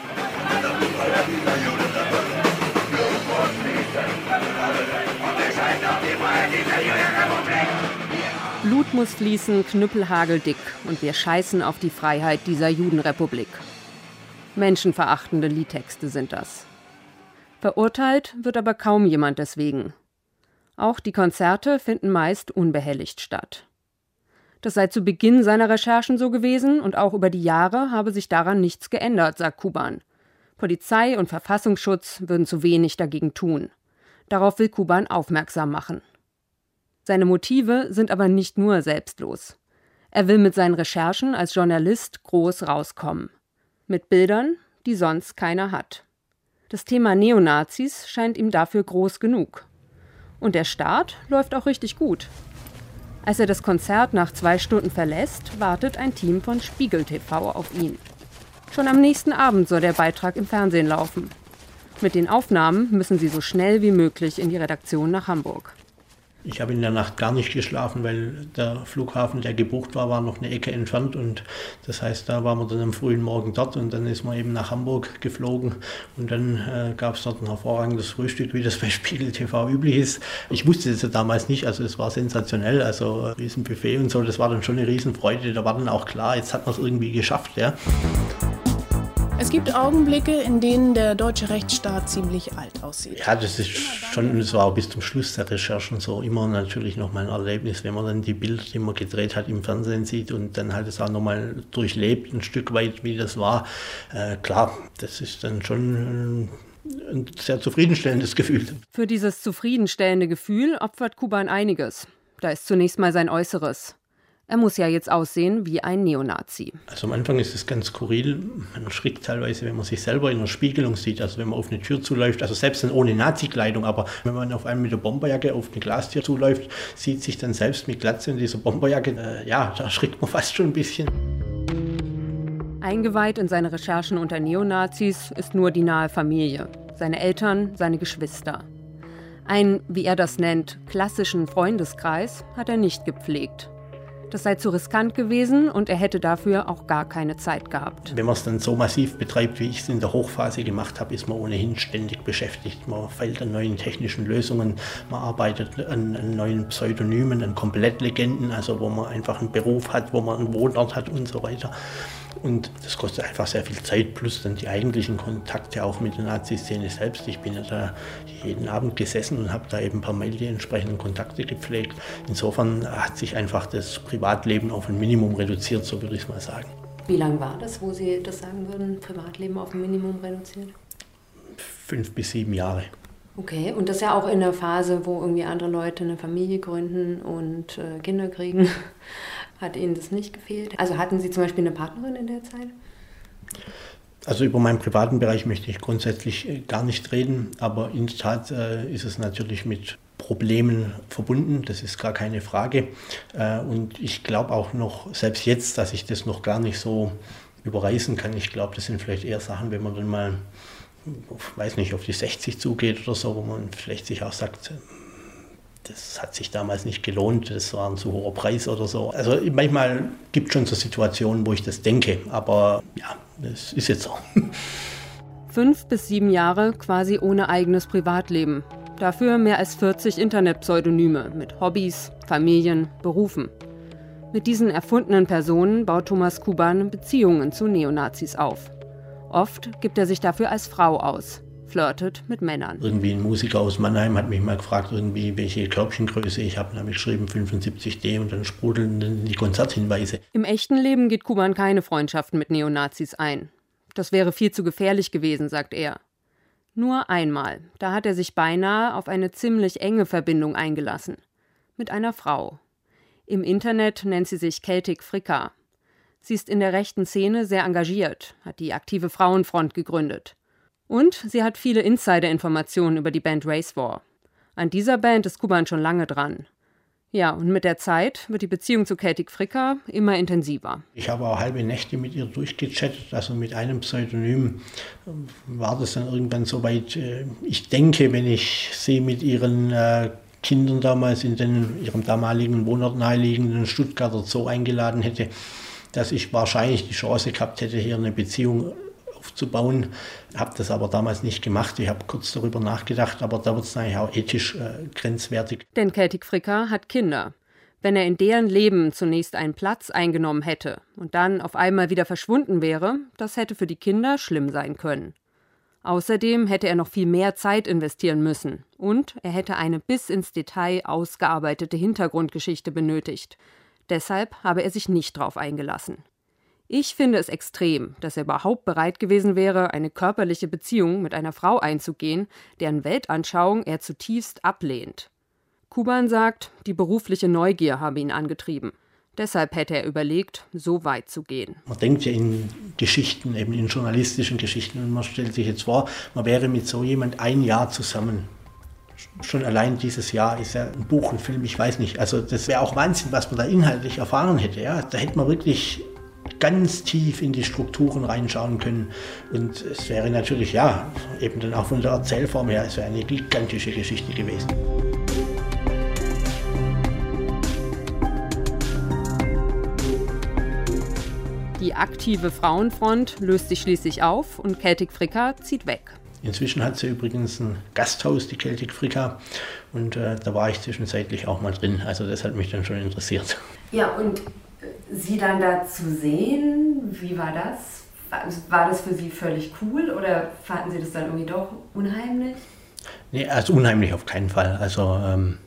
Blut muss fließen, knüppelhageldick, und wir scheißen auf die Freiheit dieser Judenrepublik. Menschenverachtende Liedtexte sind das. Verurteilt wird aber kaum jemand deswegen. Auch die Konzerte finden meist unbehelligt statt. Das sei zu Beginn seiner Recherchen so gewesen und auch über die Jahre habe sich daran nichts geändert, sagt Kuban. Polizei und Verfassungsschutz würden zu wenig dagegen tun. Darauf will Kuban aufmerksam machen. Seine Motive sind aber nicht nur selbstlos. Er will mit seinen Recherchen als Journalist groß rauskommen. Mit Bildern, die sonst keiner hat. Das Thema Neonazis scheint ihm dafür groß genug. Und der Start läuft auch richtig gut. Als er das Konzert nach zwei Stunden verlässt, wartet ein Team von Spiegel T V auf ihn. Schon am nächsten Abend soll der Beitrag im Fernsehen laufen. Mit den Aufnahmen müssen sie so schnell wie möglich in die Redaktion nach Hamburg. Ich habe in der Nacht gar nicht geschlafen, weil der Flughafen, der gebucht war, war noch eine Ecke entfernt. Und das heißt, da waren wir dann am frühen Morgen dort und dann ist man eben nach Hamburg geflogen. Und dann äh, gab es dort ein hervorragendes Frühstück, wie das bei Spiegel T V üblich ist. Ich wusste es ja damals nicht, also es war sensationell, also ein Riesenbuffet und so. Das war dann schon eine Riesenfreude. Da war dann auch klar, jetzt hat man es irgendwie geschafft. Ja. Es gibt Augenblicke, in denen der deutsche Rechtsstaat ziemlich alt aussieht. Ja, das ist schon, das war auch bis zum Schluss der Recherchen so immer natürlich noch mal ein Erlebnis, wenn man dann die Bilder, die man gedreht hat, im Fernsehen sieht und dann halt es auch nochmal durchlebt, ein Stück weit, wie das war. Äh, klar, das ist dann schon ein sehr zufriedenstellendes Gefühl. Für dieses zufriedenstellende Gefühl opfert Kuban einiges. Da ist zunächst mal sein Äußeres. Er muss ja jetzt aussehen wie ein Neonazi. Also am Anfang ist es ganz skurril. Man erschrickt teilweise, wenn man sich selber in der Spiegelung sieht. Also wenn man auf eine Tür zuläuft, also selbst dann ohne Nazi-Kleidung, aber wenn man auf einmal mit der Bomberjacke auf eine Glastür zuläuft, sieht sich dann selbst mit Glatze in dieser Bomberjacke, äh, ja, da erschrickt man fast schon ein bisschen. Eingeweiht in seine Recherchen unter Neonazis ist nur die nahe Familie, seine Eltern, seine Geschwister. Einen, wie er das nennt, klassischen Freundeskreis hat er nicht gepflegt. Das sei zu riskant gewesen und er hätte dafür auch gar keine Zeit gehabt. Wenn man es dann so massiv betreibt, wie ich es in der Hochphase gemacht habe, ist man ohnehin ständig beschäftigt. Man feilt an neuen technischen Lösungen, man arbeitet an, an neuen Pseudonymen, an Komplettlegenden, also wo man einfach einen Beruf hat, wo man einen Wohnort hat und so weiter. Und das kostet einfach sehr viel Zeit, plus dann die eigentlichen Kontakte auch mit der Nazi-Szene selbst. Ich bin ja da jeden Abend gesessen und habe da eben per Mail die entsprechenden Kontakte gepflegt. Insofern hat sich einfach das Privatleben auf ein Minimum reduziert, so würde ich es mal sagen. Wie lange war das, wo Sie das sagen würden, Privatleben auf ein Minimum reduziert? Fünf bis sieben Jahre. Okay, und das ja auch in der Phase, wo irgendwie andere Leute eine Familie gründen und äh, Kinder kriegen. Hat Ihnen das nicht gefehlt? Also hatten Sie zum Beispiel eine Partnerin in der Zeit? Also über meinen privaten Bereich möchte ich grundsätzlich äh, gar nicht reden, aber in der Tat äh, ist es natürlich mit Problemen verbunden, das ist gar keine Frage. Äh, und ich glaube auch noch, selbst jetzt, dass ich das noch gar nicht so überreißen kann. Ich glaube, das sind vielleicht eher Sachen, wenn man dann mal, auf, weiß nicht, auf die sechzig zugeht oder so, wo man vielleicht sich auch sagt, das hat sich damals nicht gelohnt, das war ein zu hoher Preis oder so. Also manchmal gibt es schon so Situationen, wo ich das denke, aber ja, das ist jetzt so. Fünf bis sieben Jahre quasi ohne eigenes Privatleben. Dafür mehr als vierzig Internetpseudonyme mit Hobbys, Familien, Berufen. Mit diesen erfundenen Personen baut Thomas Kuban Beziehungen zu Neonazis auf. Oft gibt er sich dafür als Frau aus. Flirtet mit Männern. Irgendwie ein Musiker aus Mannheim hat mich mal gefragt, irgendwie, welche Körbchengröße ich habe. Dann habe ich geschrieben fünfundsiebzig D und dann sprudeln dann die Konzerthinweise. Im echten Leben geht Kuban keine Freundschaften mit Neonazis ein. Das wäre viel zu gefährlich gewesen, sagt er. Nur einmal, da hat er sich beinahe auf eine ziemlich enge Verbindung eingelassen. Mit einer Frau. Im Internet nennt sie sich Celtic Fricka. Sie ist in der rechten Szene sehr engagiert, hat die aktive Frauenfront gegründet. Und sie hat viele Insider-Informationen über die Band Race War. An dieser Band ist Kuban schon lange dran. Ja, und mit der Zeit wird die Beziehung zu Celtic Fricka immer intensiver. Ich habe auch halbe Nächte mit ihr durchgechattet, also mit einem Pseudonym war das dann irgendwann so weit. Ich denke, wenn ich sie mit ihren äh, Kindern damals in den, ihrem damaligen Wohnort naheliegenden Stuttgarter Zoo eingeladen hätte, dass ich wahrscheinlich die Chance gehabt hätte, hier eine Beziehung aufzubauen. Habe das aber damals nicht gemacht. Ich habe kurz darüber nachgedacht, aber da wird es eigentlich auch ethisch äh, grenzwertig. Denn Celtic Fricka hat Kinder. Wenn er in deren Leben zunächst einen Platz eingenommen hätte und dann auf einmal wieder verschwunden wäre, das hätte für die Kinder schlimm sein können. Außerdem hätte er noch viel mehr Zeit investieren müssen und er hätte eine bis ins Detail ausgearbeitete Hintergrundgeschichte benötigt. Deshalb habe er sich nicht drauf eingelassen. Ich finde es extrem, dass er überhaupt bereit gewesen wäre, eine körperliche Beziehung mit einer Frau einzugehen, deren Weltanschauung er zutiefst ablehnt. Kuban sagt, die berufliche Neugier habe ihn angetrieben. Deshalb hätte er überlegt, so weit zu gehen. Man denkt ja in Geschichten, eben in journalistischen Geschichten, und man stellt sich jetzt vor, man wäre mit so jemand ein Jahr zusammen. Schon allein dieses Jahr ist ja ein Buch, ein Film, ich weiß nicht. Also das wäre auch Wahnsinn, was man da inhaltlich erfahren hätte. Ja? Da hätte man wirklich ganz tief in die Strukturen reinschauen können. Und es wäre natürlich, ja, eben dann auch von der Erzählform her, es wäre eine gigantische Geschichte gewesen. Die aktive Frauenfront löst sich schließlich auf und Celtic Fricka zieht weg. Inzwischen hat sie übrigens ein Gasthaus, die Celtic Fricka, und äh, da war ich zwischenzeitlich auch mal drin. Also das hat mich dann schon interessiert. Ja, und Sie dann da zu sehen, wie war das? War das für Sie völlig cool oder fanden Sie das dann irgendwie doch unheimlich? Nee, also unheimlich auf keinen Fall. Also ähm,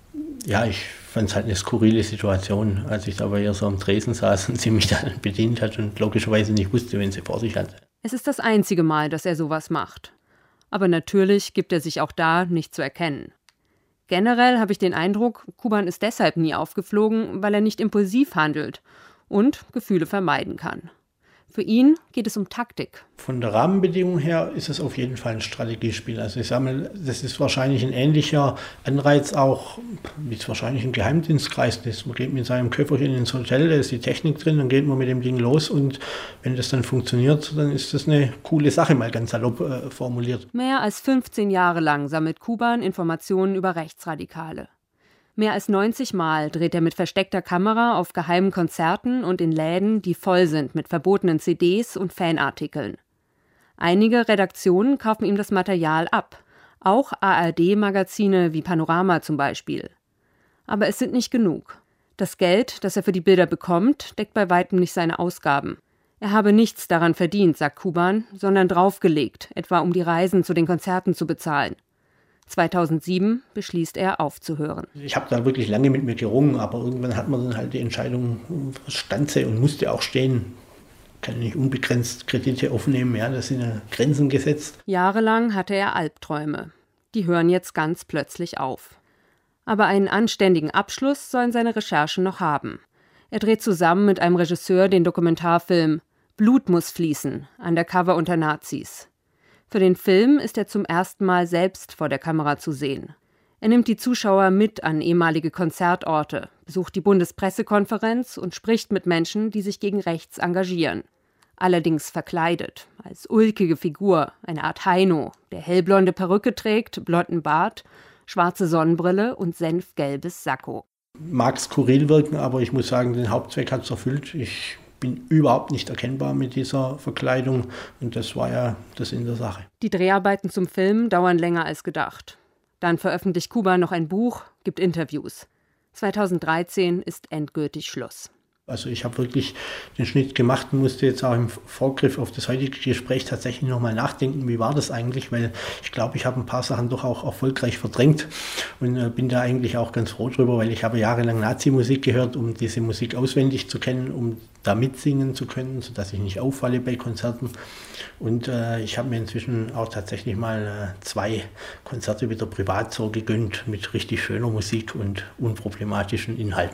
ja, ich fand es halt eine skurrile Situation, als ich da bei ihr so am Tresen saß und sie mich dann bedient hat und logischerweise nicht wusste, wen sie vor sich hatte. Es ist das einzige Mal, dass er sowas macht. Aber natürlich gibt er sich auch da nicht zu erkennen. Generell habe ich den Eindruck, Kuban ist deshalb nie aufgeflogen, weil er nicht impulsiv handelt und Gefühle vermeiden kann. Für ihn geht es um Taktik. Von der Rahmenbedingung her ist es auf jeden Fall ein Strategiespiel. Also ich sage mal, das ist wahrscheinlich ein ähnlicher Anreiz auch, wie es wahrscheinlich im Geheimdienstkreis ist. Man geht mit seinem Köfferchen ins Hotel, da ist die Technik drin, dann geht man mit dem Ding los und wenn das dann funktioniert, dann ist das eine coole Sache, mal ganz salopp äh, formuliert. Mehr als fünfzehn Jahre lang sammelt Kuban Informationen über Rechtsradikale. Mehr als neunzig Mal dreht er mit versteckter Kamera auf geheimen Konzerten und in Läden, die voll sind mit verbotenen C Ds und Fanartikeln. Einige Redaktionen kaufen ihm das Material ab, auch A R D-Magazine wie Panorama zum Beispiel. Aber es sind nicht genug. Das Geld, das er für die Bilder bekommt, deckt bei weitem nicht seine Ausgaben. Er habe nichts daran verdient, sagt Kuban, sondern draufgelegt, etwa um die Reisen zu den Konzerten zu bezahlen. zweitausendsieben beschließt er aufzuhören. Ich habe da wirklich lange mit mir gerungen, aber irgendwann hat man dann halt die Entscheidung, stand sie und musste auch stehen. Kann nicht unbegrenzt Kredite aufnehmen, ja, das sind ja Grenzen gesetzt. Jahrelang hatte er Albträume. Die hören jetzt ganz plötzlich auf. Aber einen anständigen Abschluss sollen seine Recherchen noch haben. Er dreht zusammen mit einem Regisseur den Dokumentarfilm Blut muss fließen, Undercover unter Nazis. Für den Film ist er zum ersten Mal selbst vor der Kamera zu sehen. Er nimmt die Zuschauer mit an ehemalige Konzertorte, besucht die Bundespressekonferenz und spricht mit Menschen, die sich gegen rechts engagieren. Allerdings verkleidet, als ulkige Figur, eine Art Heino, der hellblonde Perücke trägt, blonden Bart, schwarze Sonnenbrille und senfgelbes Sakko. Mag skurril wirken, aber ich muss sagen, den Hauptzweck hat es erfüllt. Ich bin überhaupt nicht erkennbar mit dieser Verkleidung und das war ja das in der Sache. Die Dreharbeiten zum Film dauern länger als gedacht. Dann veröffentlicht Kuban noch ein Buch, gibt Interviews. zweitausenddreizehn ist endgültig Schluss. Also ich habe wirklich den Schnitt gemacht und musste jetzt auch im Vorgriff auf das heutige Gespräch tatsächlich nochmal nachdenken, wie war das eigentlich, weil ich glaube, ich habe ein paar Sachen doch auch erfolgreich verdrängt und äh, bin da eigentlich auch ganz froh drüber, weil ich habe jahrelang Nazi-Musik gehört, um diese Musik auswendig zu kennen, um da mitsingen zu können, sodass ich nicht auffalle bei Konzerten. Und äh, ich habe mir inzwischen auch tatsächlich mal äh, zwei Konzerte wieder privat so gegönnt mit richtig schöner Musik und unproblematischen Inhalten.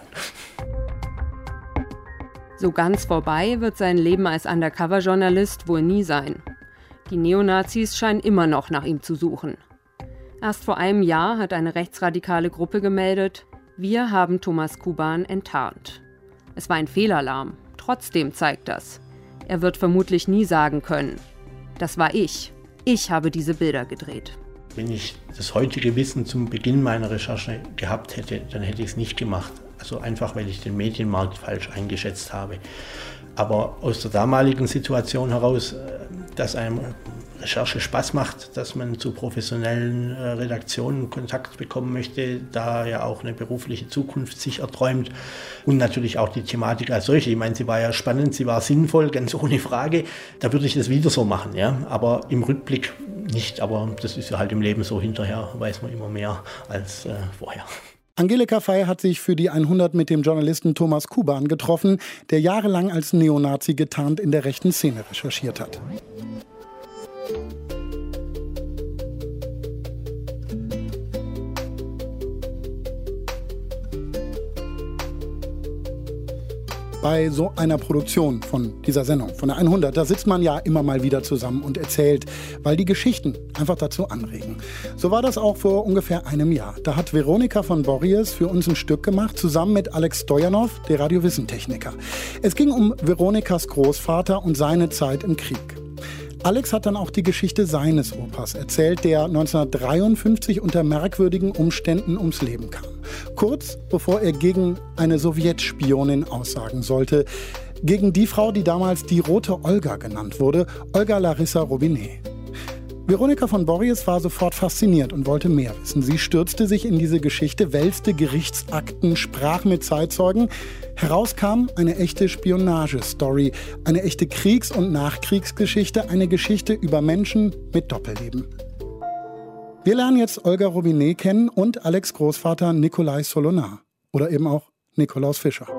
So ganz vorbei wird sein Leben als Undercover-Journalist wohl nie sein. Die Neonazis scheinen immer noch nach ihm zu suchen. Erst vor einem Jahr hat eine rechtsradikale Gruppe gemeldet, wir haben Thomas Kuban enttarnt. Es war ein Fehlalarm. Trotzdem zeigt das. Er wird vermutlich nie sagen können, das war ich. Ich habe diese Bilder gedreht. Wenn ich das heutige Wissen zum Beginn meiner Recherche gehabt hätte, dann hätte ich es nicht gemacht. Also einfach, weil ich den Medienmarkt falsch eingeschätzt habe. Aber aus der damaligen Situation heraus, dass einem Recherche Spaß macht, dass man zu professionellen Redaktionen Kontakt bekommen möchte, da ja auch eine berufliche Zukunft sich erträumt und natürlich auch die Thematik als solche. Ich meine, sie war ja spannend, sie war sinnvoll, ganz ohne Frage. Da würde ich das wieder so machen, ja. Aber im Rückblick nicht. Aber das ist ja halt im Leben so, hinterher weiß man immer mehr als äh, vorher. Angelika Fey hat sich für die hundert mit dem Journalisten Thomas Kuban getroffen, der jahrelang als Neonazi getarnt in der rechten Szene recherchiert hat. Bei so einer Produktion von dieser Sendung, von der hundert, da sitzt man ja immer mal wieder zusammen und erzählt, weil die Geschichten einfach dazu anregen. So war das auch vor ungefähr einem Jahr. Da hat Veronika von Borries für uns ein Stück gemacht, zusammen mit Alex Stojanov, der Radiowissentechniker. Es ging um Veronikas Großvater und seine Zeit im Krieg. Alex hat dann auch die Geschichte seines Opas erzählt, der neunzehnhundertdreiundfünfzig unter merkwürdigen Umständen ums Leben kam. Kurz bevor er gegen eine Sowjetspionin aussagen sollte. Gegen die Frau, die damals die Rote Olga genannt wurde, Olga Larissa Robinet. Veronika von Borries war sofort fasziniert und wollte mehr wissen. Sie stürzte sich in diese Geschichte, wälzte Gerichtsakten, sprach mit Zeitzeugen. Herauskam eine echte Spionagestory, eine echte Kriegs- und Nachkriegsgeschichte, eine Geschichte über Menschen mit Doppelleben. Wir lernen jetzt Olga Robinet kennen und Alex' Großvater Nikolai Solonar oder eben auch Nikolaus Fischer.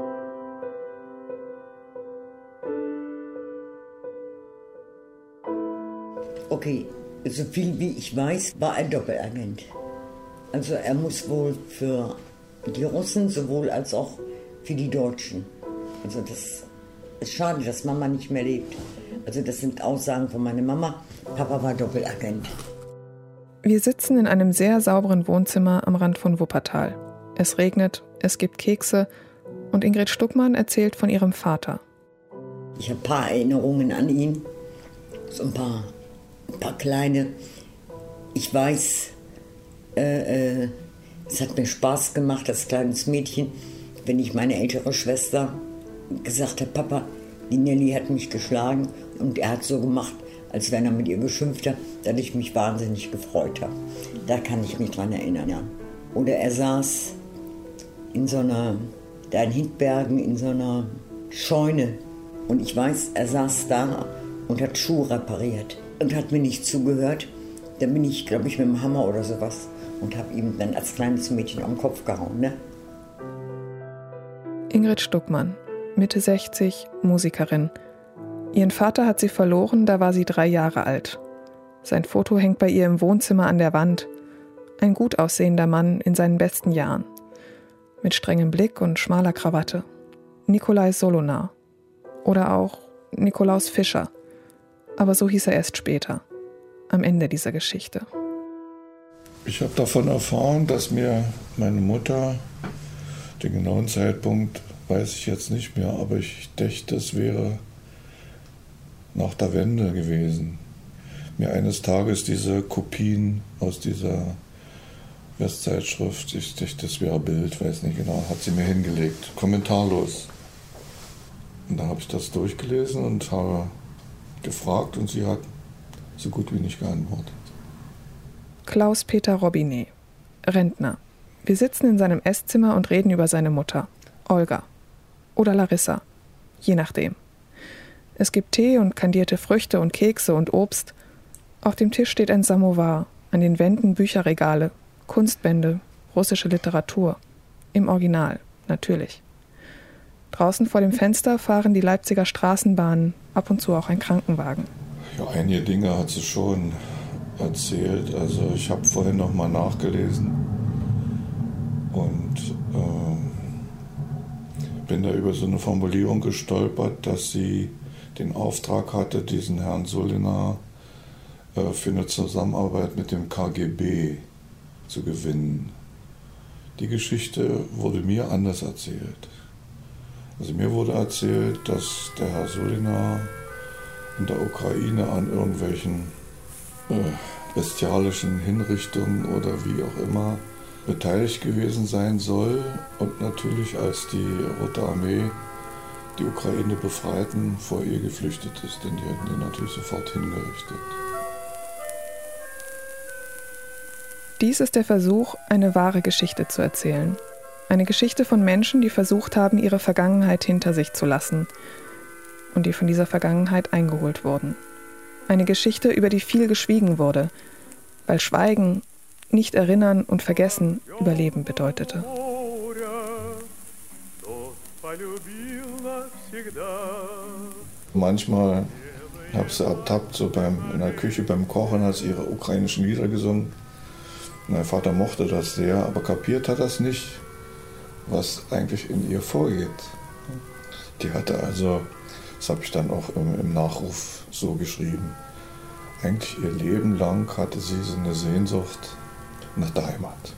Okay, so viel wie ich weiß, war er Doppelagent. Also er muss wohl für die Russen sowohl als auch für die Deutschen. Also das ist schade, dass Mama nicht mehr lebt. Also das sind Aussagen von meiner Mama. Papa war Doppelagent. Wir sitzen in einem sehr sauberen Wohnzimmer am Rand von Wuppertal. Es regnet, es gibt Kekse und Ingrid Stuckmann erzählt von ihrem Vater. Ich habe ein paar Erinnerungen an ihn, so ein paar, ein paar kleine. Ich weiß, äh, äh, es hat mir Spaß gemacht als kleines Mädchen, wenn ich meine ältere Schwester gesagt habe, Papa, die Nelly hat mich geschlagen und er hat so gemacht, als wenn er mit ihr geschimpft hat, dass ich mich wahnsinnig gefreut habe. Da kann ich mich dran erinnern, ja. Oder er saß in so einer, da in Hintbergen, in so einer Scheune. Und ich weiß, er saß da und hat Schuhe repariert und hat mir nicht zugehört. Dann bin ich, glaube ich, mit dem Hammer oder sowas und habe ihm dann als kleines Mädchen am Kopf gehauen, ne? Ingrid Stuckmann, Mitte sechzig, Musikerin. Ihren Vater hat sie verloren, da war sie drei Jahre alt. Sein Foto hängt bei ihr im Wohnzimmer an der Wand. Ein gut aussehender Mann in seinen besten Jahren. Mit strengem Blick und schmaler Krawatte. Nikolai Solonar. Oder auch Nikolaus Fischer. Aber so hieß er erst später. Am Ende dieser Geschichte. Ich habe davon erfahren, dass mir meine Mutter, den genauen Zeitpunkt weiß ich jetzt nicht mehr, aber ich dachte, es wäre nach der Wende gewesen, mir eines Tages diese Kopien aus dieser Westzeitschrift, ich dachte, das wäre ein Bild, weiß nicht genau, hat sie mir hingelegt, kommentarlos. Und da habe ich das durchgelesen und habe gefragt und sie hat so gut wie nicht geantwortet. Klaus-Peter Robinet, Rentner. Wir sitzen in seinem Esszimmer und reden über seine Mutter, Olga. Oder Larissa, je nachdem. Es gibt Tee und kandierte Früchte und Kekse und Obst. Auf dem Tisch steht ein Samovar, an den Wänden Bücherregale, Kunstbände, russische Literatur. Im Original, natürlich. Draußen vor dem Fenster fahren die Leipziger Straßenbahnen, ab und zu auch ein Krankenwagen. Ja, einige Dinge hat sie schon erzählt. Also ich habe vorhin noch mal nachgelesen und äh, bin da über so eine Formulierung gestolpert, dass sie den Auftrag hatte, diesen Herrn Solonar äh, für eine Zusammenarbeit mit dem K G B zu gewinnen. Die Geschichte wurde mir anders erzählt. Also mir wurde erzählt, dass der Herr Solonar in der Ukraine an irgendwelchen äh, bestialischen Hinrichtungen oder wie auch immer beteiligt gewesen sein soll und natürlich als die Rote Armee die Ukraine befreiten, vor ihr geflüchtet ist, denn die hätten ihn natürlich sofort hingerichtet. Dies ist der Versuch, eine wahre Geschichte zu erzählen. Eine Geschichte von Menschen, die versucht haben, ihre Vergangenheit hinter sich zu lassen und die von dieser Vergangenheit eingeholt wurden. Eine Geschichte, über die viel geschwiegen wurde, weil Schweigen, nicht erinnern und vergessen Überleben bedeutete. Manchmal habe ich sie ertappt, so beim, in der Küche beim Kochen, hat sie ihre ukrainischen Lieder gesungen. Mein Vater mochte das sehr, aber kapiert hat das nicht, was eigentlich in ihr vorgeht. Die hatte also, das habe ich dann auch im, im Nachruf so geschrieben, eigentlich ihr Leben lang hatte sie so eine Sehnsucht nach der Heimat.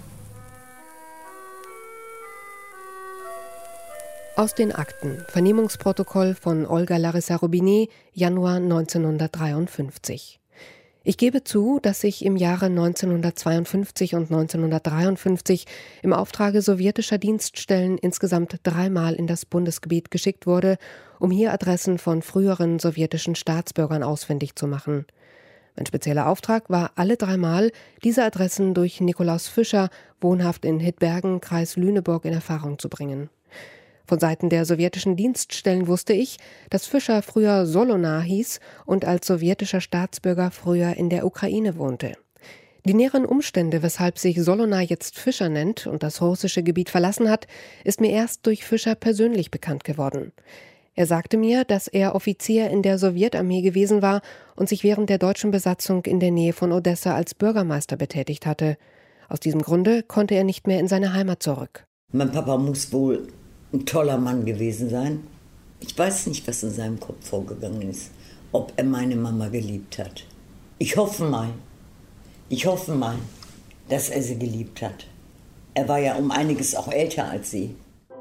Aus den Akten, Vernehmungsprotokoll von Olga Larissa Robinet, Januar neunzehnhundertdreiundfünfzig. Ich gebe zu, dass ich im Jahre neunzehnhundertzweiundfünfzig und neunzehnhundertdreiundfünfzig im Auftrage sowjetischer Dienststellen insgesamt dreimal in das Bundesgebiet geschickt wurde, um hier Adressen von früheren sowjetischen Staatsbürgern ausfindig zu machen. Mein spezieller Auftrag war alle dreimal, diese Adressen durch Nikolaus Fischer, wohnhaft in Hittbergen, Kreis Lüneburg, in Erfahrung zu bringen. Von Seiten der sowjetischen Dienststellen wusste ich, dass Fischer früher Solona hieß und als sowjetischer Staatsbürger früher in der Ukraine wohnte. Die näheren Umstände, weshalb sich Solona jetzt Fischer nennt und das russische Gebiet verlassen hat, ist mir erst durch Fischer persönlich bekannt geworden. Er sagte mir, dass er Offizier in der Sowjetarmee gewesen war und sich während der deutschen Besatzung in der Nähe von Odessa als Bürgermeister betätigt hatte. Aus diesem Grunde konnte er nicht mehr in seine Heimat zurück. Mein Papa muss wohl ein toller Mann gewesen sein. Ich weiß nicht, was in seinem Kopf vorgegangen ist, ob er meine Mama geliebt hat. Ich hoffe mal, ich hoffe mal, dass er sie geliebt hat. Er war ja um einiges auch älter als sie.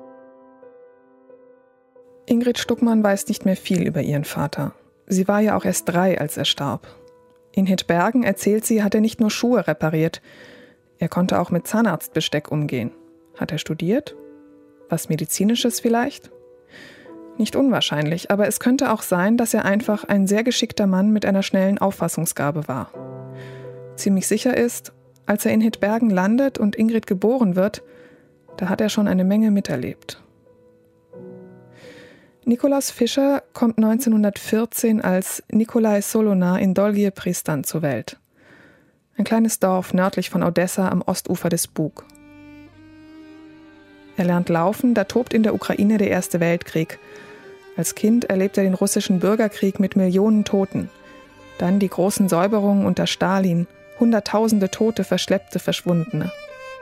Ingrid Stuckmann weiß nicht mehr viel über ihren Vater. Sie war ja auch erst drei, als er starb. In Hittbergen, erzählt sie, hat er nicht nur Schuhe repariert. Er konnte auch mit Zahnarztbesteck umgehen. Hat er studiert? Was Medizinisches vielleicht? Nicht unwahrscheinlich, aber es könnte auch sein, dass er einfach ein sehr geschickter Mann mit einer schnellen Auffassungsgabe war. Ziemlich sicher ist, als er in Hittbergen landet und Ingrid geboren wird, da hat er schon eine Menge miterlebt. Nikolaus Fischer kommt neunzehnhundertvierzehn als Nikolai Solona in Dolgie Pristan zur Welt. Ein kleines Dorf nördlich von Odessa am Ostufer des Bug. Er lernt laufen, da tobt in der Ukraine der Erste Weltkrieg. Als Kind erlebt er den russischen Bürgerkrieg mit Millionen Toten. Dann die großen Säuberungen unter Stalin, Hunderttausende Tote, Verschleppte, Verschwundene.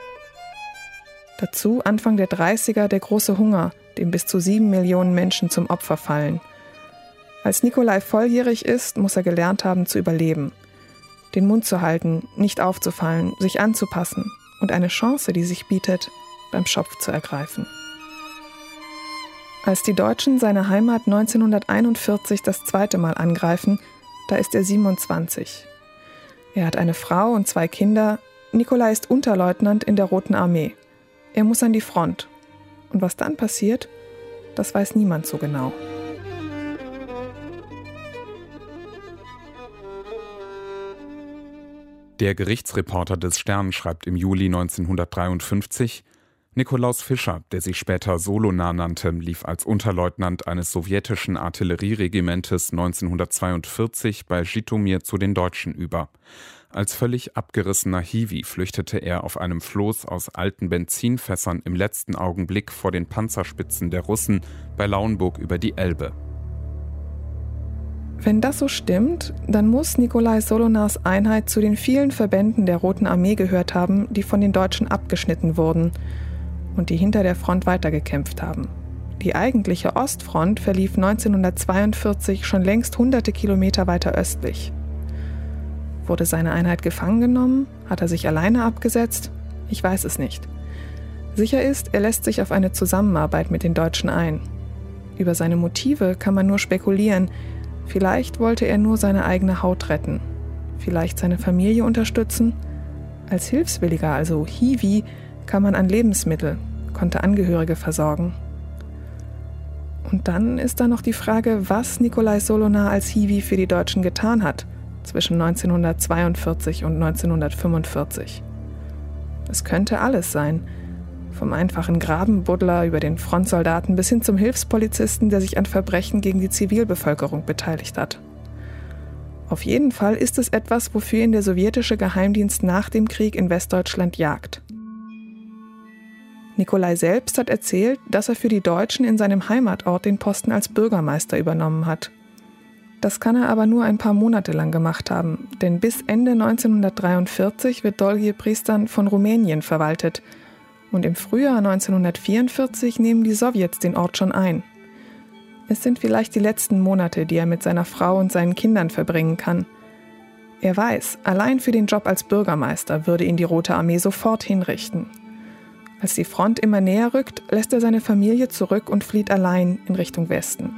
Dazu Anfang der dreißiger der große Hunger, dem bis zu sieben Millionen Menschen zum Opfer fallen. Als Nikolai volljährig ist, muss er gelernt haben zu überleben. Den Mund zu halten, nicht aufzufallen, sich anzupassen und eine Chance, die sich bietet, beim Schopf zu ergreifen. Als die Deutschen seine Heimat neunzehnhunderteinundvierzig das zweite Mal angreifen, da ist er siebenundzwanzig. Er hat eine Frau und zwei Kinder. Nikolai ist Unterleutnant in der Roten Armee. Er muss an die Front. Und was dann passiert, das weiß niemand so genau. Der Gerichtsreporter des Stern schreibt im Juli neunzehnhundertdreiundfünfzig: Nikolaus Fischer, der sich später Solona nannte, lief als Unterleutnant eines sowjetischen Artillerieregimentes neunzehnhundertzweiundvierzig bei Jitomir zu den Deutschen über. Als völlig abgerissener Hiwi flüchtete er auf einem Floß aus alten Benzinfässern im letzten Augenblick vor den Panzerspitzen der Russen bei Lauenburg über die Elbe. Wenn das so stimmt, dann muss Nikolai Solonas Einheit zu den vielen Verbänden der Roten Armee gehört haben, die von den Deutschen abgeschnitten wurden und die hinter der Front weitergekämpft haben. Die eigentliche Ostfront verlief neunzehnhundertzweiundvierzig schon längst hunderte Kilometer weiter östlich. Wurde seine Einheit gefangen genommen? Hat er sich alleine abgesetzt? Ich weiß es nicht. Sicher ist, er lässt sich auf eine Zusammenarbeit mit den Deutschen ein. Über seine Motive kann man nur spekulieren. Vielleicht wollte er nur seine eigene Haut retten. Vielleicht seine Familie unterstützen. Als Hilfswilliger, also Hiwi, kam man an Lebensmittel, konnte Angehörige versorgen. Und dann ist da noch die Frage, was Nikolai Solona als Hiwi für die Deutschen getan hat, zwischen neunzehnhundertzweiundvierzig und neunzehnhundertfünfundvierzig. Es könnte alles sein. Vom einfachen Grabenbuddler über den Frontsoldaten bis hin zum Hilfspolizisten, der sich an Verbrechen gegen die Zivilbevölkerung beteiligt hat. Auf jeden Fall ist es etwas, wofür ihn der sowjetische Geheimdienst nach dem Krieg in Westdeutschland jagt. Nikolai selbst hat erzählt, dass er für die Deutschen in seinem Heimatort den Posten als Bürgermeister übernommen hat. Das kann er aber nur ein paar Monate lang gemacht haben, denn bis Ende neunzehnhundertdreiundvierzig wird Dolje Pristan von Rumänien verwaltet. Und im Frühjahr neunzehnhundertvierundvierzig nehmen die Sowjets den Ort schon ein. Es sind vielleicht die letzten Monate, die er mit seiner Frau und seinen Kindern verbringen kann. Er weiß, allein für den Job als Bürgermeister würde ihn die Rote Armee sofort hinrichten. Als die Front immer näher rückt, lässt er seine Familie zurück und flieht allein in Richtung Westen.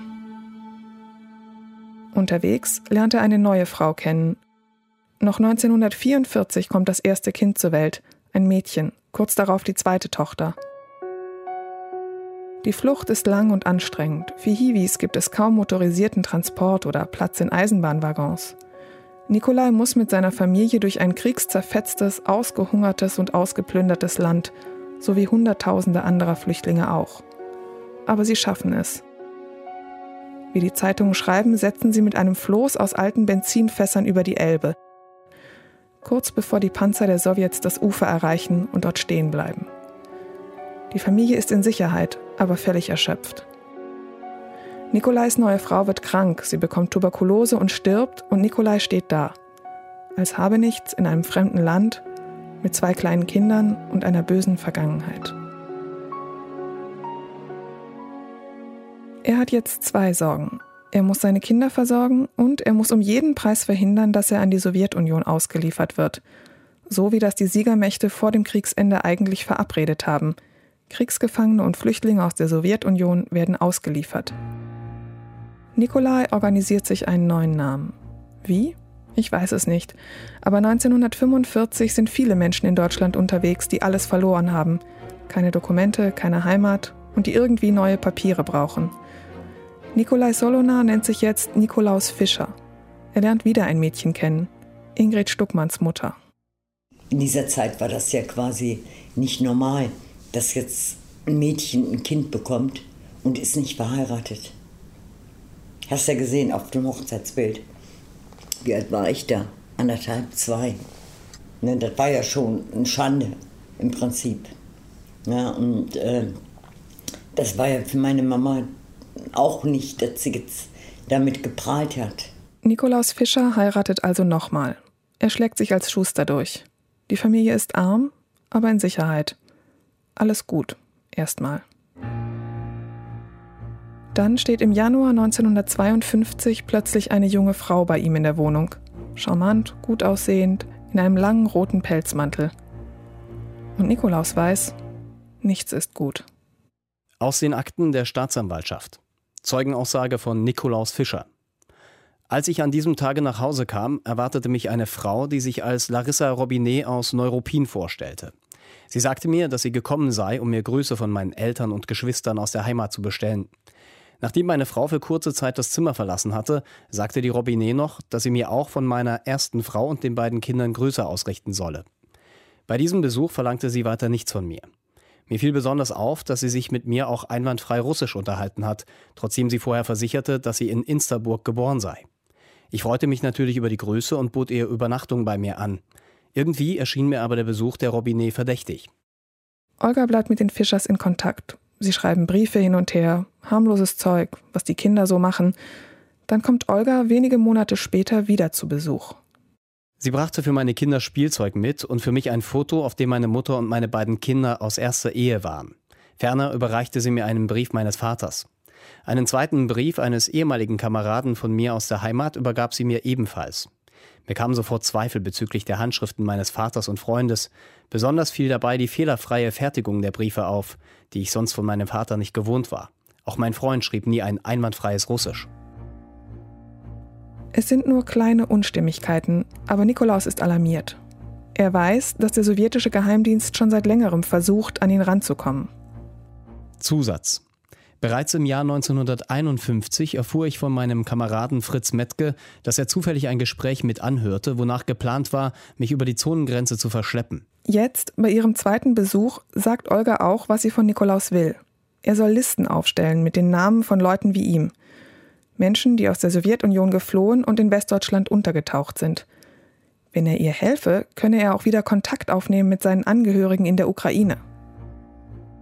Unterwegs lernt er eine neue Frau kennen. Noch neunzehnhundertvierundvierzig kommt das erste Kind zur Welt, ein Mädchen, kurz darauf die zweite Tochter. Die Flucht ist lang und anstrengend. Für Hiwis gibt es kaum motorisierten Transport oder Platz in Eisenbahnwaggons. Nikolai muss mit seiner Familie durch ein kriegszerfetztes, ausgehungertes und ausgeplündertes Land, sowie Hunderttausende anderer Flüchtlinge auch. Aber sie schaffen es. Wie die Zeitungen schreiben, setzen sie mit einem Floß aus alten Benzinfässern über die Elbe. Kurz bevor die Panzer der Sowjets das Ufer erreichen und dort stehen bleiben. Die Familie ist in Sicherheit, aber völlig erschöpft. Nikolais neue Frau wird krank, sie bekommt Tuberkulose und stirbt und Nikolai steht da. Als Habenichts in einem fremden Land, mit zwei kleinen Kindern und einer bösen Vergangenheit. Er hat jetzt zwei Sorgen. Er muss seine Kinder versorgen und er muss um jeden Preis verhindern, dass er an die Sowjetunion ausgeliefert wird. So wie das die Siegermächte vor dem Kriegsende eigentlich verabredet haben. Kriegsgefangene und Flüchtlinge aus der Sowjetunion werden ausgeliefert. Nikolai organisiert sich einen neuen Namen. Wie? Ich weiß es nicht. Aber neunzehnhundertfünfundvierzig sind viele Menschen in Deutschland unterwegs, die alles verloren haben. Keine Dokumente, keine Heimat und die irgendwie neue Papiere brauchen. Nikolai Solona nennt sich jetzt Nikolaus Fischer. Er lernt wieder ein Mädchen kennen. Ingrid Stuckmanns Mutter. In dieser Zeit war das ja quasi nicht normal, dass jetzt ein Mädchen ein Kind bekommt und ist nicht verheiratet. Hast du ja gesehen auf dem Hochzeitsbild. Wie alt war ich da? Anderthalb, zwei. Ne, das war ja schon eine Schande im Prinzip. Ja, und äh, das war ja für meine Mama auch nicht, dass sie jetzt damit geprahlt hat. Nikolaus Fischer heiratet also nochmal. Er schlägt sich als Schuster durch. Die Familie ist arm, aber in Sicherheit. Alles gut, erstmal. Dann steht im Januar neunzehnhundertzweiundfünfzig plötzlich eine junge Frau bei ihm in der Wohnung. Charmant, gut aussehend, in einem langen roten Pelzmantel. Und Nikolaus weiß, nichts ist gut. Aus den Akten der Staatsanwaltschaft. Zeugenaussage von Nikolaus Fischer. Als ich an diesem Tage nach Hause kam, erwartete mich eine Frau, die sich als Larissa Robinet aus Neuruppin vorstellte. Sie sagte mir, dass sie gekommen sei, um mir Grüße von meinen Eltern und Geschwistern aus der Heimat zu bestellen. Nachdem meine Frau für kurze Zeit das Zimmer verlassen hatte, sagte die Robinet noch, dass sie mir auch von meiner ersten Frau und den beiden Kindern Grüße ausrichten solle. Bei diesem Besuch verlangte sie weiter nichts von mir. Mir fiel besonders auf, dass sie sich mit mir auch einwandfrei Russisch unterhalten hat, trotzdem sie vorher versicherte, dass sie in Insterburg geboren sei. Ich freute mich natürlich über die Grüße und bot ihr Übernachtung bei mir an. Irgendwie erschien mir aber der Besuch der Robinet verdächtig. Olga bleibt mit den Fischers in Kontakt. Sie schreiben Briefe hin und her, harmloses Zeug, was die Kinder so machen. Dann kommt Olga wenige Monate später wieder zu Besuch. Sie brachte für meine Kinder Spielzeug mit und für mich ein Foto, auf dem meine Mutter und meine beiden Kinder aus erster Ehe waren. Ferner überreichte sie mir einen Brief meines Vaters. Einen zweiten Brief eines ehemaligen Kameraden von mir aus der Heimat übergab sie mir ebenfalls. Mir kamen sofort Zweifel bezüglich der Handschriften meines Vaters und Freundes. Besonders fiel dabei die fehlerfreie Fertigung der Briefe auf, die ich sonst von meinem Vater nicht gewohnt war. Auch mein Freund schrieb nie ein einwandfreies Russisch. Es sind nur kleine Unstimmigkeiten, aber Nikolaus ist alarmiert. Er weiß, dass der sowjetische Geheimdienst schon seit längerem versucht, an ihn ranzukommen. Zusatz. Bereits im Jahr neunzehnhunderteinundfünfzig erfuhr ich von meinem Kameraden Fritz Mettke, dass er zufällig ein Gespräch mit anhörte, wonach geplant war, mich über die Zonengrenze zu verschleppen. Jetzt, bei ihrem zweiten Besuch, sagt Olga auch, was sie von Nikolaus will. Er soll Listen aufstellen mit den Namen von Leuten wie ihm. Menschen, die aus der Sowjetunion geflohen und in Westdeutschland untergetaucht sind. Wenn er ihr helfe, könne er auch wieder Kontakt aufnehmen mit seinen Angehörigen in der Ukraine.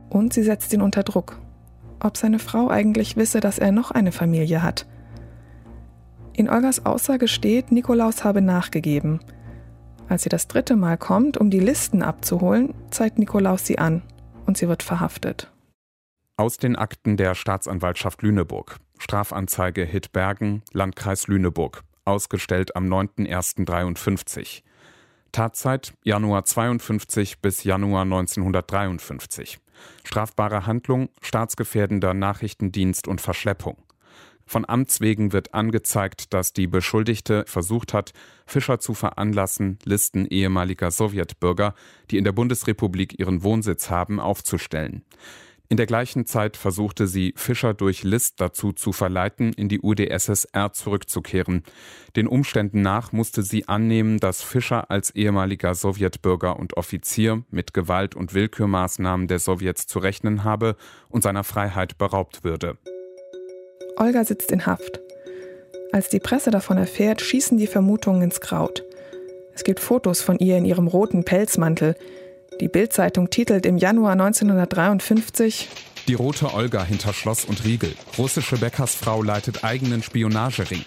Und sie setzt ihn unter Druck. Ob seine Frau eigentlich wisse, dass er noch eine Familie hat. In Olgas Aussage steht, Nikolaus habe nachgegeben. Als sie das dritte Mal kommt, um die Listen abzuholen, zeigt Nikolaus sie an und sie wird verhaftet. Aus den Akten der Staatsanwaltschaft Lüneburg. Strafanzeige Hittbergen, Landkreis Lüneburg. Ausgestellt am neunten ersten dreiundfünfzig. Tatzeit Januar zweiundfünfzig bis Januar neunzehnhundertdreiundfünfzig. Strafbare Handlung staatsgefährdender Nachrichtendienst und Verschleppung. Von Amts wegen wird angezeigt, dass die Beschuldigte versucht hat, Fischer zu veranlassen, Listen ehemaliger Sowjetbürger, die in der Bundesrepublik ihren Wohnsitz haben, aufzustellen. In der gleichen Zeit versuchte sie, Fischer durch List dazu zu verleiten, in die U d S S R zurückzukehren. Den Umständen nach musste sie annehmen, dass Fischer als ehemaliger Sowjetbürger und Offizier mit Gewalt- und Willkürmaßnahmen der Sowjets zu rechnen habe und seiner Freiheit beraubt würde. Olga sitzt in Haft. Als die Presse davon erfährt, schießen die Vermutungen ins Kraut. Es gibt Fotos von ihr in ihrem roten Pelzmantel. Die Bild-Zeitung titelt im Januar neunzehnhundertdreiundfünfzig: Die rote Olga hinter Schloss und Riegel. Russische Bäckersfrau leitet eigenen Spionagering.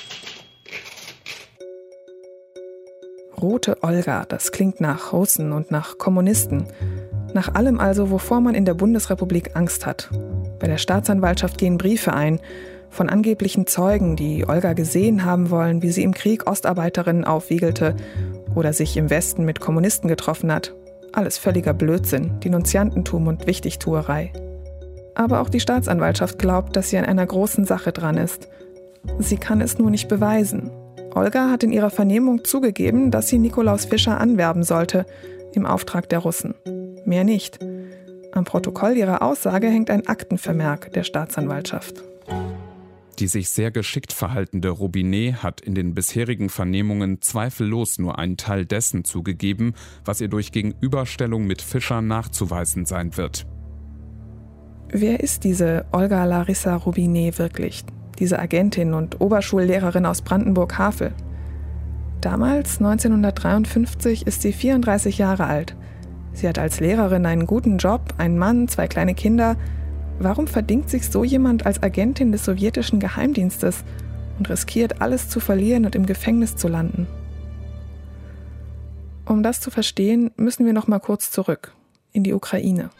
Rote Olga, das klingt nach Russen und nach Kommunisten. Nach allem also, wovor man in der Bundesrepublik Angst hat. Bei der Staatsanwaltschaft gehen Briefe ein von angeblichen Zeugen, die Olga gesehen haben wollen, wie sie im Krieg Ostarbeiterinnen aufwiegelte oder sich im Westen mit Kommunisten getroffen hat. Alles völliger Blödsinn, Denunziantentum und Wichtigtuerei. Aber auch die Staatsanwaltschaft glaubt, dass sie an einer großen Sache dran ist. Sie kann es nur nicht beweisen. Olga hat in ihrer Vernehmung zugegeben, dass sie Nikolaus Fischer anwerben sollte, im Auftrag der Russen. Mehr nicht. Am Protokoll ihrer Aussage hängt ein Aktenvermerk der Staatsanwaltschaft. Die sich sehr geschickt verhaltende Robinet hat in den bisherigen Vernehmungen zweifellos nur einen Teil dessen zugegeben, was ihr durch Gegenüberstellung mit Fischer nachzuweisen sein wird. Wer ist diese Olga Larissa Robinet wirklich? Diese Agentin und Oberschullehrerin aus Brandenburg-Havel. Damals, neunzehnhundertdreiundfünfzig, ist sie vierunddreißig Jahre alt. Sie hat als Lehrerin einen guten Job, einen Mann, zwei kleine Kinder. Warum verdingt sich so jemand als Agentin des sowjetischen Geheimdienstes und riskiert, alles zu verlieren und im Gefängnis zu landen? Um das zu verstehen, müssen wir noch mal kurz zurück, in die Ukraine.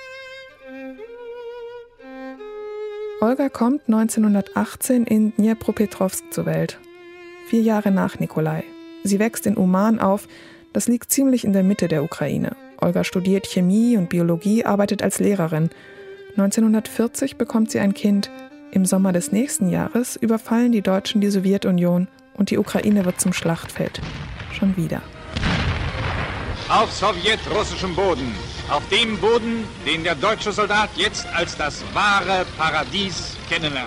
Olga kommt neunzehnhundertachtzehn in Dnipropetrovsk zur Welt. Vier Jahre nach Nikolai. Sie wächst in Uman auf, das liegt ziemlich in der Mitte der Ukraine. Olga studiert Chemie und Biologie, arbeitet als Lehrerin. neunzehnhundertvierzig bekommt sie ein Kind. Im Sommer des nächsten Jahres überfallen die Deutschen die Sowjetunion und die Ukraine wird zum Schlachtfeld. Schon wieder. Auf sowjetrussischem Boden. Auf dem Boden, den der deutsche Soldat jetzt als das wahre Paradies kennenlernt.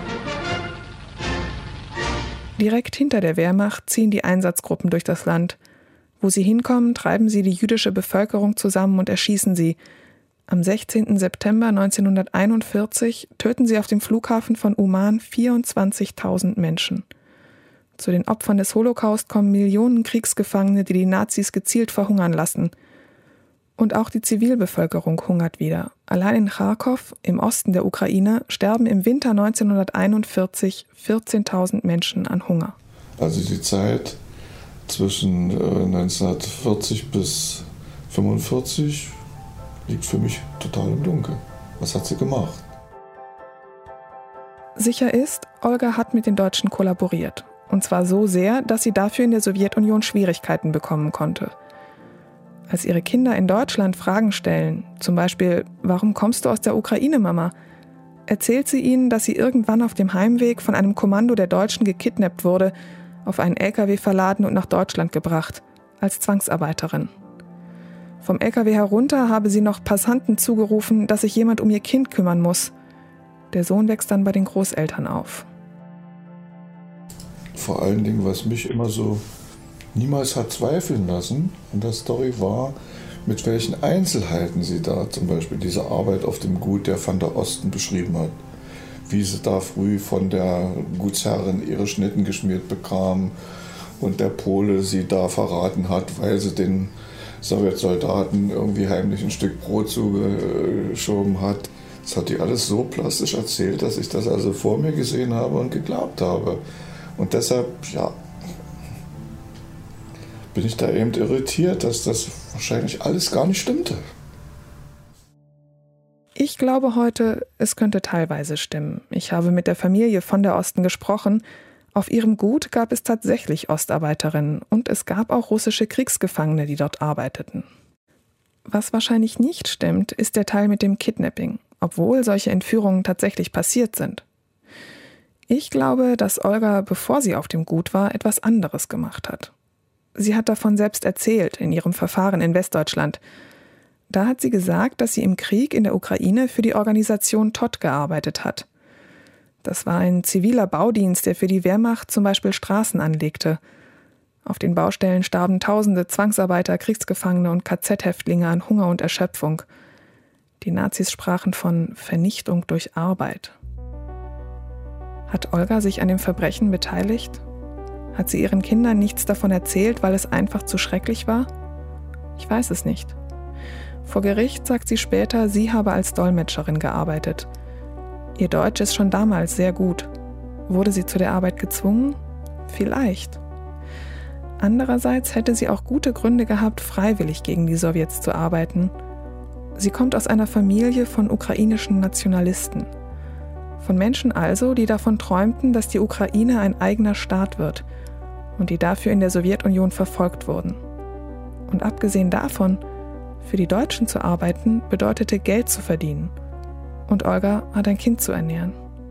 Direkt hinter der Wehrmacht ziehen die Einsatzgruppen durch das Land. Wo sie hinkommen, treiben sie die jüdische Bevölkerung zusammen und erschießen sie. Am sechzehnten September neunzehnhunderteinundvierzig töten sie auf dem Flughafen von Uman vierundzwanzigtausend Menschen. Zu den Opfern des Holocaust kommen Millionen Kriegsgefangene, die die Nazis gezielt verhungern lassen. Und auch die Zivilbevölkerung hungert wieder. Allein in Charkow, im Osten der Ukraine, sterben im Winter neunzehnhunderteinundvierzig vierzehntausend Menschen an Hunger. Also die Zeit zwischen äh, neunzehnhundertvierzig bis fünfundvierzig liegt für mich total im Dunkeln. Was hat sie gemacht? Sicher ist, Olga hat mit den Deutschen kollaboriert. Und zwar so sehr, dass sie dafür in der Sowjetunion Schwierigkeiten bekommen konnte. Als ihre Kinder in Deutschland Fragen stellen, zum Beispiel, warum kommst du aus der Ukraine, Mama?, erzählt sie ihnen, dass sie irgendwann auf dem Heimweg von einem Kommando der Deutschen gekidnappt wurde, auf einen L K W verladen und nach Deutschland gebracht, als Zwangsarbeiterin. Vom L K W herunter habe sie noch Passanten zugerufen, dass sich jemand um ihr Kind kümmern muss. Der Sohn wächst dann bei den Großeltern auf. Vor allen Dingen, was mich immer so niemals hat zweifeln lassen in der Story war, mit welchen Einzelheiten sie da zum Beispiel diese Arbeit auf dem Gut der Van der Osten beschrieben hat. Wie sie da früh von der Gutsherrin ihre Schnitten geschmiert bekam und der Pole sie da verraten hat, weil sie den Sowjetsoldaten irgendwie heimlich ein Stück Brot zugeschoben hat. Das hat die alles so plastisch erzählt, dass ich das also vor mir gesehen habe und geglaubt habe. Und deshalb, ja, bin ich da eben irritiert, dass das wahrscheinlich alles gar nicht stimmte. Ich glaube heute, es könnte teilweise stimmen. Ich habe mit der Familie von der Osten gesprochen. Auf ihrem Gut gab es tatsächlich Ostarbeiterinnen und es gab auch russische Kriegsgefangene, die dort arbeiteten. Was wahrscheinlich nicht stimmt, ist der Teil mit dem Kidnapping, obwohl solche Entführungen tatsächlich passiert sind. Ich glaube, dass Olga, bevor sie auf dem Gut war, etwas anderes gemacht hat. Sie hat davon selbst erzählt in ihrem Verfahren in Westdeutschland. Da hat sie gesagt, dass sie im Krieg in der Ukraine für die Organisation T O T gearbeitet hat. Das war ein ziviler Baudienst, der für die Wehrmacht zum Beispiel Straßen anlegte. Auf den Baustellen starben tausende Zwangsarbeiter, Kriegsgefangene und K Z-Häftlinge an Hunger und Erschöpfung. Die Nazis sprachen von Vernichtung durch Arbeit. Hat Olga sich an dem Verbrechen beteiligt? Hat sie ihren Kindern nichts davon erzählt, weil es einfach zu schrecklich war? Ich weiß es nicht. Vor Gericht sagt sie später, sie habe als Dolmetscherin gearbeitet. Ihr Deutsch ist schon damals sehr gut. Wurde sie zu der Arbeit gezwungen? Vielleicht. Andererseits hätte sie auch gute Gründe gehabt, freiwillig gegen die Sowjets zu arbeiten. Sie kommt aus einer Familie von ukrainischen Nationalisten. Von Menschen also, die davon träumten, dass die Ukraine ein eigener Staat wird und die dafür in der Sowjetunion verfolgt wurden. Und abgesehen davon, für die Deutschen zu arbeiten, bedeutete Geld zu verdienen. Und Olga hat ein Kind zu ernähren.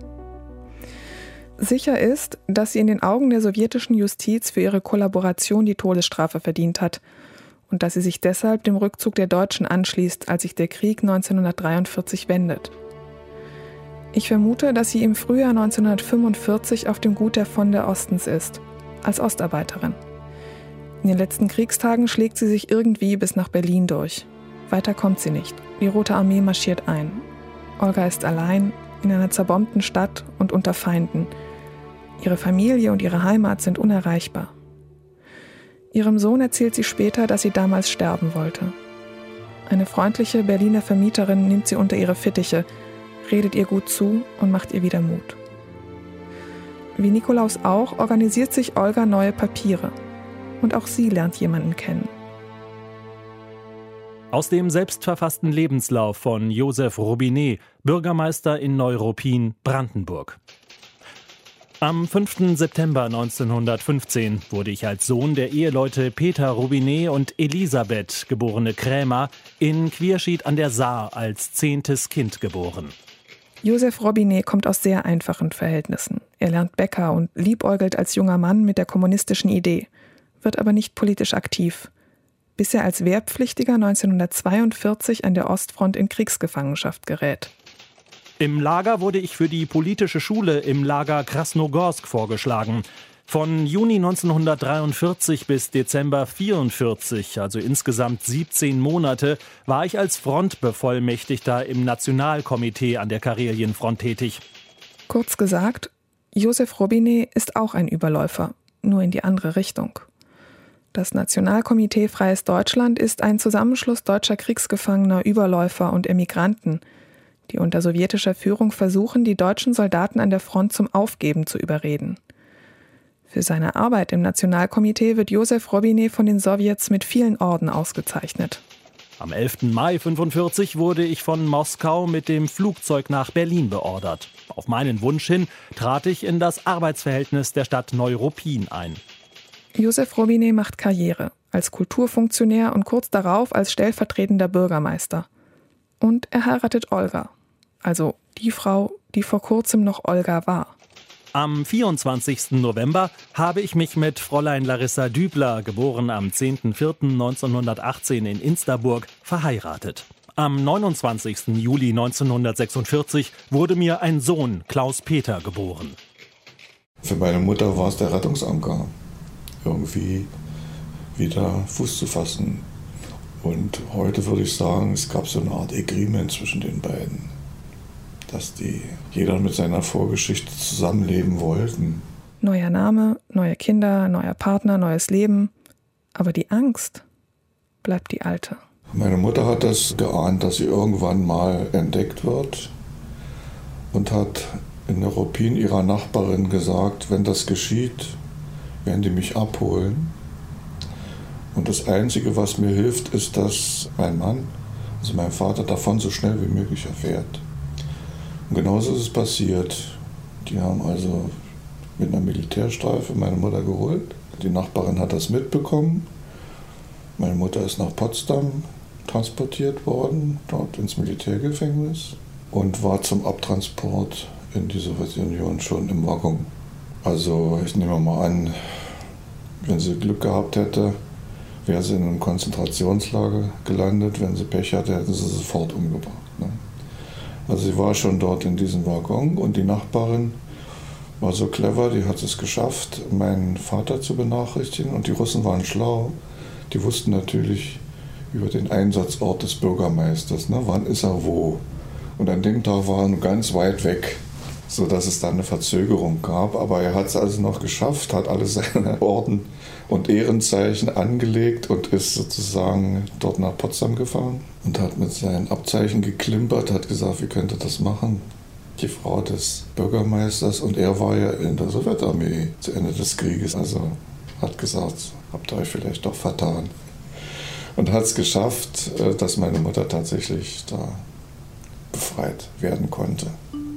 Sicher ist, dass sie in den Augen der sowjetischen Justiz für ihre Kollaboration die Todesstrafe verdient hat und dass sie sich deshalb dem Rückzug der Deutschen anschließt, als sich der Krieg neunzehnhundertdreiundvierzig wendet. Ich vermute, dass sie im Frühjahr neunzehnhundertfünfundvierzig auf dem Gut der von der Ostens ist, als Ostarbeiterin. In den letzten Kriegstagen schlägt sie sich irgendwie bis nach Berlin durch. Weiter kommt sie nicht. Die Rote Armee marschiert ein. Olga ist allein in einer zerbombten Stadt und unter Feinden. Ihre Familie und ihre Heimat sind unerreichbar. Ihrem Sohn erzählt sie später, dass sie damals sterben wollte. Eine freundliche Berliner Vermieterin nimmt sie unter ihre Fittiche, redet ihr gut zu und macht ihr wieder Mut. Wie Nikolaus auch, organisiert sich Olga neue Papiere. Und auch sie lernt jemanden kennen. Aus dem selbstverfassten Lebenslauf von Joseph Robinet, Bürgermeister in Neuruppin, Brandenburg. Am fünften September neunzehnhundertfünfzehn wurde ich als Sohn der Eheleute Peter Robinet und Elisabeth, geborene Krämer, in Quierschied an der Saar als zehntes Kind geboren. Joseph Robinet kommt aus sehr einfachen Verhältnissen. Er lernt Bäcker und liebäugelt als junger Mann mit der kommunistischen Idee, wird aber nicht politisch aktiv, bis er als Wehrpflichtiger neunzehnhundertzweiundvierzig an der Ostfront in Kriegsgefangenschaft gerät. Im Lager wurde ich für die politische Schule im Lager Krasnogorsk vorgeschlagen. Von Juni neunzehnhundertdreiundvierzig bis Dezember vierundvierzig, also insgesamt siebzehn Monate, war ich als Frontbevollmächtigter im Nationalkomitee an der Karelienfront tätig. Kurz gesagt, Joseph Robinet ist auch ein Überläufer, nur in die andere Richtung. Das Nationalkomitee Freies Deutschland ist ein Zusammenschluss deutscher Kriegsgefangener, Überläufer und Emigranten, die unter sowjetischer Führung versuchen, die deutschen Soldaten an der Front zum Aufgeben zu überreden. Für seine Arbeit im Nationalkomitee wird Joseph Robinet von den Sowjets mit vielen Orden ausgezeichnet. Am elften Mai fünfundvierzig wurde ich von Moskau mit dem Flugzeug nach Berlin beordert. Auf meinen Wunsch hin trat ich in das Arbeitsverhältnis der Stadt Neuruppin ein. Joseph Robinet macht Karriere als Kulturfunktionär und kurz darauf als stellvertretender Bürgermeister. Und er heiratet Olga, also die Frau, die vor kurzem noch Olga war. Am vierundzwanzigsten November habe ich mich mit Fräulein Larissa Dübler, geboren am zehnten vierten neunzehnhundertachtzehn in Insterburg, verheiratet. Am neunundzwanzigsten Juli neunzehnhundertsechsundvierzig wurde mir ein Sohn, Klaus Peter, geboren. Für meine Mutter war es der Rettungsanker, irgendwie wieder Fuß zu fassen. Und heute würde ich sagen, es gab so eine Art Agreement zwischen den beiden, dass die jeder mit seiner Vorgeschichte zusammenleben wollten. Neuer Name, neue Kinder, neuer Partner, neues Leben. Aber die Angst, bleibt die Alte. Meine Mutter hat das geahnt, dass sie irgendwann mal entdeckt wird und hat in Neuruppin ihrer Nachbarin gesagt, wenn das geschieht, werden die mich abholen. Und das Einzige, was mir hilft, ist, dass mein Mann, also mein Vater, davon so schnell wie möglich erfährt. Und genauso ist es passiert. Die haben also mit einer Militärstreife meine Mutter geholt. Die Nachbarin hat das mitbekommen. Meine Mutter ist nach Potsdam transportiert worden, dort ins Militärgefängnis und war zum Abtransport in die Sowjetunion schon im Waggon. Also ich nehme mal an, wenn sie Glück gehabt hätte, wäre sie in einem Konzentrationslager gelandet. Wenn sie Pech hatte, hätten sie sofort umgebracht. Ne? Also sie war schon dort in diesem Waggon und die Nachbarin war so clever, die hat es geschafft, meinen Vater zu benachrichtigen. Und die Russen waren schlau. Die wussten natürlich über den Einsatzort des Bürgermeisters. Ne? Wann ist er wo? Und an dem Tag war er ganz weit weg, sodass es dann eine Verzögerung gab. Aber er hat es also noch geschafft, hat alle seine Orden und Ehrenzeichen angelegt und ist sozusagen dort nach Potsdam gefahren und hat mit seinen Abzeichen geklimpert, hat gesagt, wie könnte das machen? Die Frau des Bürgermeisters, und er war ja in der Sowjetarmee zu Ende des Krieges, also hat gesagt, habt ihr euch vielleicht doch vertan. Und hat es geschafft, dass meine Mutter tatsächlich da befreit werden konnte.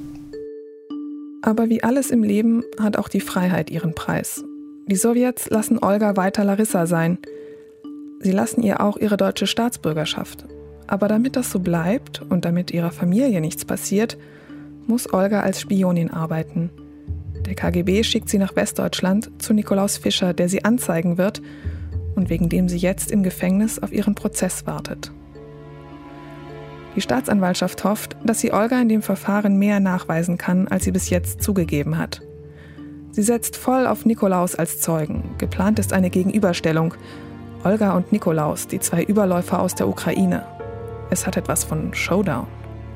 Aber wie alles im Leben hat auch die Freiheit ihren Preis. Die Sowjets lassen Olga weiter Larissa sein. Sie lassen ihr auch ihre deutsche Staatsbürgerschaft. Aber damit das so bleibt und damit ihrer Familie nichts passiert, muss Olga als Spionin arbeiten. Der K G B schickt sie nach Westdeutschland zu Nikolaus Fischer, der sie anzeigen wird und wegen dem sie jetzt im Gefängnis auf ihren Prozess wartet. Die Staatsanwaltschaft hofft, dass sie Olga in dem Verfahren mehr nachweisen kann, als sie bis jetzt zugegeben hat. Sie setzt voll auf Nikolaus als Zeugen. Geplant ist eine Gegenüberstellung. Olga und Nikolaus, die zwei Überläufer aus der Ukraine. Es hat etwas von Showdown.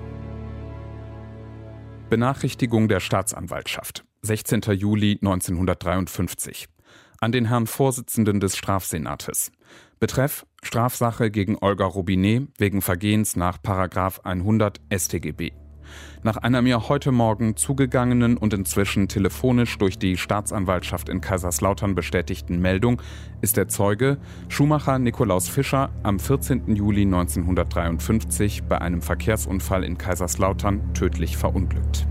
Benachrichtigung der Staatsanwaltschaft. sechzehnter Juli neunzehnhundertdreiundfünfzig. An den Herrn Vorsitzenden des Strafsenates. Betreff Strafsache gegen Olga Robinet wegen Vergehens nach Paragraph hundert S t G B. Nach einer mir heute Morgen zugegangenen und inzwischen telefonisch durch die Staatsanwaltschaft in Kaiserslautern bestätigten Meldung ist der Zeuge Schuhmacher Nikolaus Fischer am vierzehnten Juli neunzehnhundertdreiundfünfzig bei einem Verkehrsunfall in Kaiserslautern tödlich verunglückt.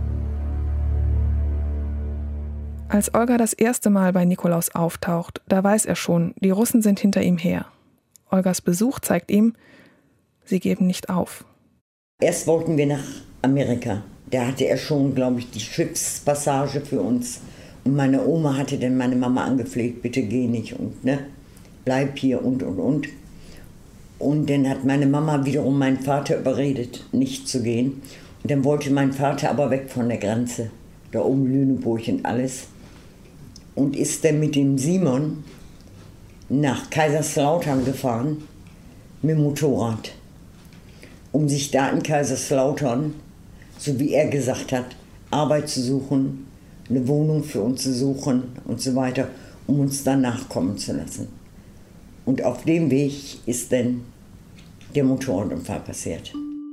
Als Olga das erste Mal bei Nikolaus auftaucht, da weiß er schon, die Russen sind hinter ihm her. Olgas Besuch zeigt ihm, sie geben nicht auf. Erst wollten wir nach Amerika. Da hatte er schon, glaube ich, die Schiffspassage für uns. Und meine Oma hatte dann meine Mama angefleht, bitte geh nicht und ne, bleib hier und und und. Und dann hat meine Mama wiederum meinen Vater überredet, nicht zu gehen. Und dann wollte mein Vater aber weg von der Grenze, da oben Lüneburg und alles. Und ist dann mit dem Simon nach Kaiserslautern gefahren, mit dem Motorrad, um sich da in Kaiserslautern, so wie er gesagt hat, Arbeit zu suchen, eine Wohnung für uns zu suchen und so weiter, um uns dann nachkommen zu lassen. Und auf dem Weg ist dann der Motorradunfall passiert.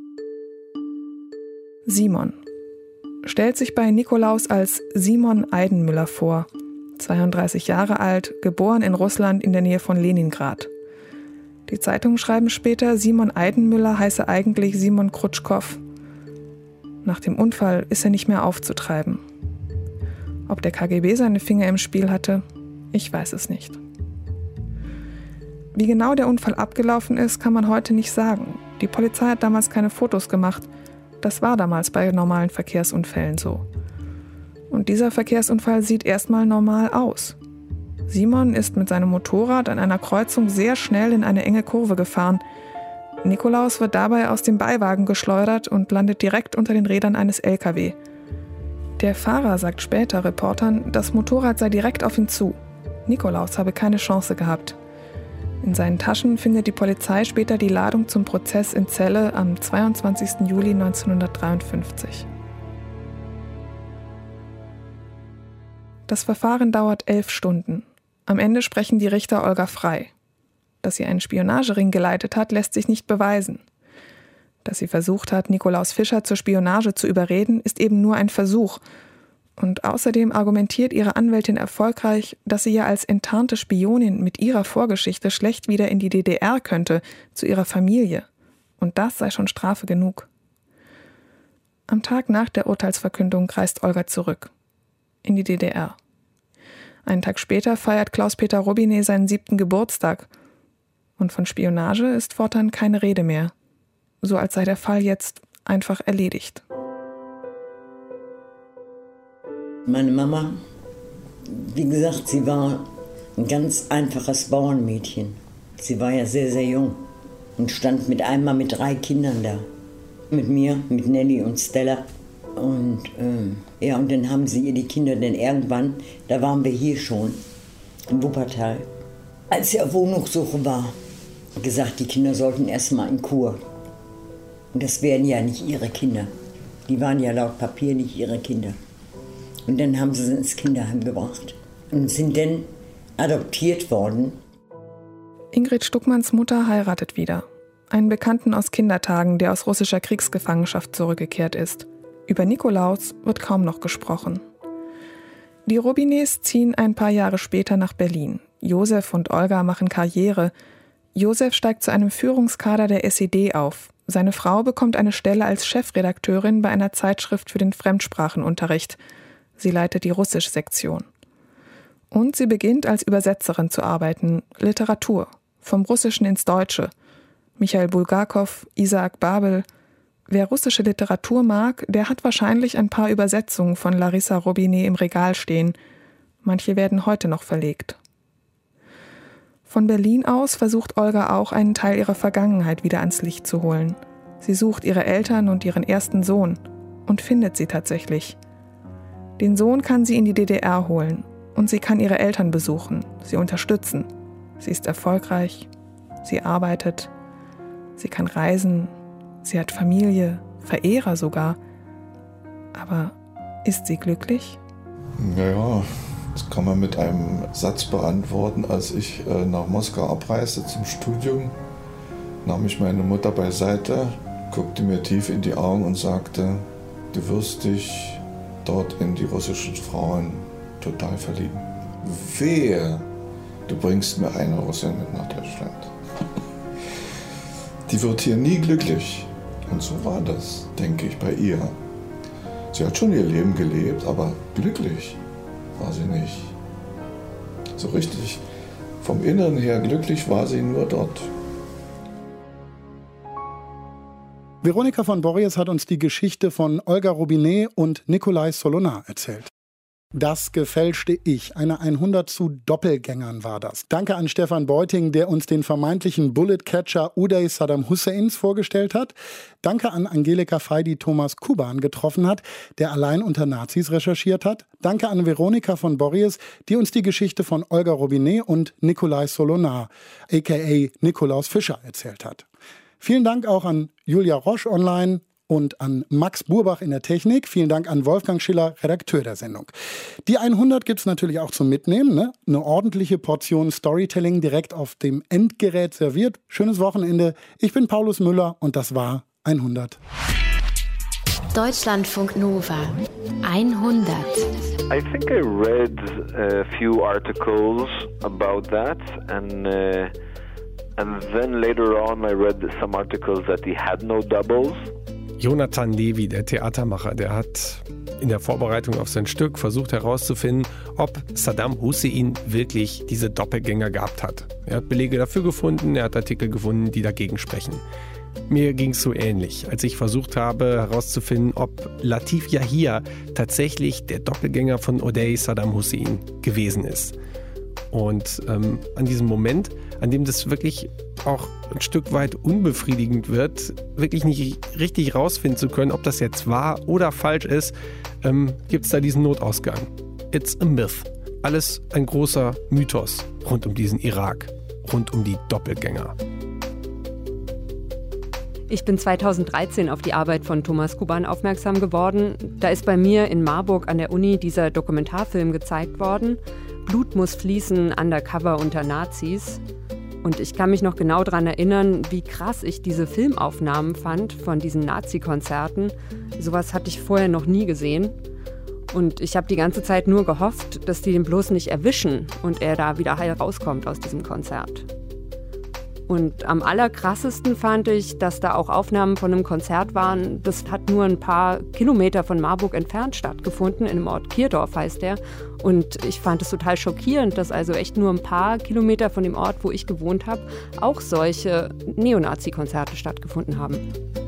Simon stellt sich bei Nikolaus als Simon Eidenmüller vor, zweiunddreißig Jahre alt, geboren in Russland in der Nähe von Leningrad. Die Zeitungen schreiben später, Simon Eidenmüller heiße eigentlich Simon Krutschkow. Nach dem Unfall ist er nicht mehr aufzutreiben. Ob der K G B seine Finger im Spiel hatte, ich weiß es nicht. Wie genau der Unfall abgelaufen ist, kann man heute nicht sagen. Die Polizei hat damals keine Fotos gemacht. Das war damals bei normalen Verkehrsunfällen so. Und dieser Verkehrsunfall sieht erstmal normal aus. Simon ist mit seinem Motorrad an einer Kreuzung sehr schnell in eine enge Kurve gefahren. Nikolaus wird dabei aus dem Beiwagen geschleudert und landet direkt unter den Rädern eines L K W. Der Fahrer sagt später Reportern, das Motorrad sei direkt auf ihn zu. Nikolaus habe keine Chance gehabt. In seinen Taschen findet die Polizei später die Ladung zum Prozess in Celle am zweiundzwanzigsten Juli neunzehnhundertdreiundfünfzig. Das Verfahren dauert elf Stunden. Am Ende sprechen die Richter Olga frei. Dass sie einen Spionagering geleitet hat, lässt sich nicht beweisen. Dass sie versucht hat, Nikolaus Fischer zur Spionage zu überreden, ist eben nur ein Versuch. Und außerdem argumentiert ihre Anwältin erfolgreich, dass sie ja als enttarnte Spionin mit ihrer Vorgeschichte schlecht wieder in die D D R könnte, zu ihrer Familie. Und das sei schon Strafe genug. Am Tag nach der Urteilsverkündung reist Olga zurück. In die D D R. Einen Tag später feiert Klaus-Peter Robinet seinen siebten Geburtstag. Und von Spionage ist fortan keine Rede mehr. So als sei der Fall jetzt einfach erledigt. Meine Mama, wie gesagt, sie war ein ganz einfaches Bauernmädchen. Sie war ja sehr, sehr jung und stand mit einmal mit drei Kindern da. Mit mir, mit Nelly und Stella. Und ähm, ja, und dann haben sie ihr die Kinder dann irgendwann, da waren wir hier schon, in Wuppertal, als sie auf Wohnungssuche war, gesagt, die Kinder sollten erstmal in Kur. Und das wären ja nicht ihre Kinder. Die waren ja laut Papier nicht ihre Kinder. Und dann haben sie sie ins Kinderheim gebracht und sind dann adoptiert worden. Ingrid Stuckmanns Mutter heiratet wieder. Einen Bekannten aus Kindertagen, der aus russischer Kriegsgefangenschaft zurückgekehrt ist. Über Nikolaus wird kaum noch gesprochen. Die Robinets ziehen ein paar Jahre später nach Berlin. Josef und Olga machen Karriere. Josef steigt zu einem Führungskader der S E D auf. Seine Frau bekommt eine Stelle als Chefredakteurin bei einer Zeitschrift für den Fremdsprachenunterricht. Sie leitet die Russisch-Sektion. Und sie beginnt als Übersetzerin zu arbeiten, Literatur, vom Russischen ins Deutsche. Michail Bulgakow, Isaac Babel. Wer russische Literatur mag, der hat wahrscheinlich ein paar Übersetzungen von Larissa Robinet im Regal stehen. Manche werden heute noch verlegt. Von Berlin aus versucht Olga auch, einen Teil ihrer Vergangenheit wieder ans Licht zu holen. Sie sucht ihre Eltern und ihren ersten Sohn und findet sie tatsächlich. Den Sohn kann sie in die D D R holen und sie kann ihre Eltern besuchen, sie unterstützen. Sie ist erfolgreich, sie arbeitet, sie kann reisen, sie hat Familie, Verehrer sogar. Aber ist sie glücklich? Naja, das kann man mit einem Satz beantworten. Als ich äh, nach Moskau abreiste zum Studium, nahm ich meine Mutter beiseite, guckte mir tief in die Augen und sagte, du wirst dich dort in die russischen Frauen total verlieben. Wehe, du bringst mir eine Russin mit nach Deutschland. Die wird hier nie glücklich. Und so war das, denke ich, bei ihr. Sie hat schon ihr Leben gelebt, aber glücklich war sie nicht. So richtig vom Inneren her glücklich war sie nur dort. Veronika von Borries hat uns die Geschichte von Olga Robinet und Nikolai Solonar erzählt. Das gefälschte Ich, eine hundert zu Doppelgängern war das. Danke an Stefan Beuting, der uns den vermeintlichen Bullet-Catcher Uday Saddam Husseins vorgestellt hat. Danke an Angelika Fey, die Thomas Kuban getroffen hat, der allein unter Nazis recherchiert hat. Danke an Veronika von Borries, die uns die Geschichte von Olga Robinet und Nikolai Solonar, aka Nikolaus Fischer, erzählt hat. Vielen Dank auch an Julia Roche online und an Max Burbach in der Technik. Vielen Dank an Wolfgang Schiller, Redakteur der Sendung. Die hundert gibt es natürlich auch zum Mitnehmen. Ne? Eine ordentliche Portion Storytelling direkt auf dem Endgerät serviert. Schönes Wochenende. Ich bin Paulus Müller und das war hundert. Deutschlandfunk Nova hundert. I think I read a few articles about that and uh, and then later on I read some articles that he had no doubles. Jonathan Levy, der Theatermacher, der hat in der Vorbereitung auf sein Stück versucht herauszufinden, ob Saddam Hussein wirklich diese Doppelgänger gehabt hat. Er hat Belege dafür gefunden, er hat Artikel gefunden, die dagegen sprechen. Mir ging es so ähnlich, als ich versucht habe herauszufinden, ob Latif Yahia tatsächlich der Doppelgänger von Uday Saddam Hussein gewesen ist. Und ähm, an diesem Moment, an dem das wirklich auch ein Stück weit unbefriedigend wird, wirklich nicht richtig rausfinden zu können, ob das jetzt wahr oder falsch ist, ähm, gibt es da diesen Notausgang. It's a myth. Alles ein großer Mythos rund um diesen Irak, rund um die Doppelgänger. Ich bin zweitausenddreizehn auf die Arbeit von Thomas Kuban aufmerksam geworden. Da ist bei mir in Marburg an der Uni dieser Dokumentarfilm gezeigt worden. Blut muss fließen, undercover unter Nazis. Und ich kann mich noch genau daran erinnern, wie krass ich diese Filmaufnahmen fand von diesen Nazi-Konzerten. Sowas hatte ich vorher noch nie gesehen. Und ich habe die ganze Zeit nur gehofft, dass die den bloß nicht erwischen und er da wieder heil rauskommt aus diesem Konzert. Und am allerkrassesten fand ich, dass da auch Aufnahmen von einem Konzert waren. Das hat nur ein paar Kilometer von Marburg entfernt stattgefunden, in dem Ort Kierdorf heißt der. Und ich fand es total schockierend, dass also echt nur ein paar Kilometer von dem Ort, wo ich gewohnt habe, auch solche Neonazi-Konzerte stattgefunden haben.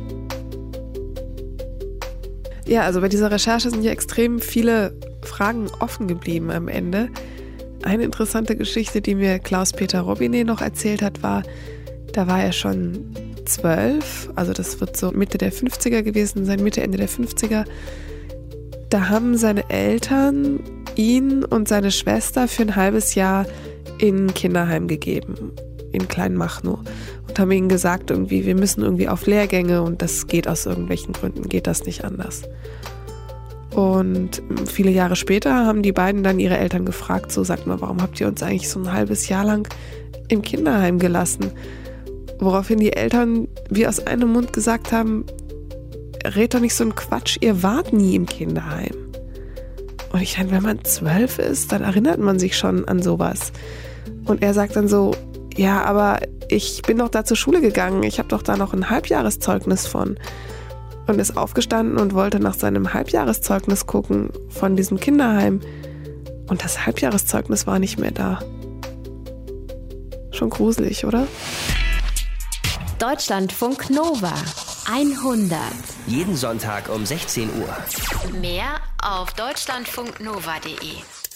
Ja, also bei dieser Recherche sind ja extrem viele Fragen offen geblieben am Ende. Eine interessante Geschichte, die mir Klaus-Peter Robinet noch erzählt hat, war, da war er schon zwölf, also das wird so Mitte der fünfziger gewesen sein, Mitte, Ende der fünfziger. Da haben seine Eltern ihn und seine Schwester für ein halbes Jahr in ein Kinderheim gegeben, in Kleinmachnow. Und haben ihnen gesagt, irgendwie, wir müssen irgendwie auf Lehrgänge und das geht aus irgendwelchen Gründen, geht das nicht anders. Und viele Jahre später haben die beiden dann ihre Eltern gefragt, so sagt mal, warum habt ihr uns eigentlich so ein halbes Jahr lang im Kinderheim gelassen? Woraufhin die Eltern wie aus einem Mund gesagt haben, red doch nicht so einen Quatsch, ihr wart nie im Kinderheim. Und ich meine, wenn man zwölf ist, dann erinnert man sich schon an sowas. Und er sagt dann so, ja, aber ich bin doch da zur Schule gegangen, ich habe doch da noch ein Halbjahreszeugnis von. Und ist aufgestanden und wollte nach seinem Halbjahreszeugnis gucken von diesem Kinderheim. Und das Halbjahreszeugnis war nicht mehr da. Schon gruselig, oder? Deutschlandfunk Nova hundert. Jeden Sonntag um sechzehn Uhr. Mehr auf deutschlandfunknova punkt de.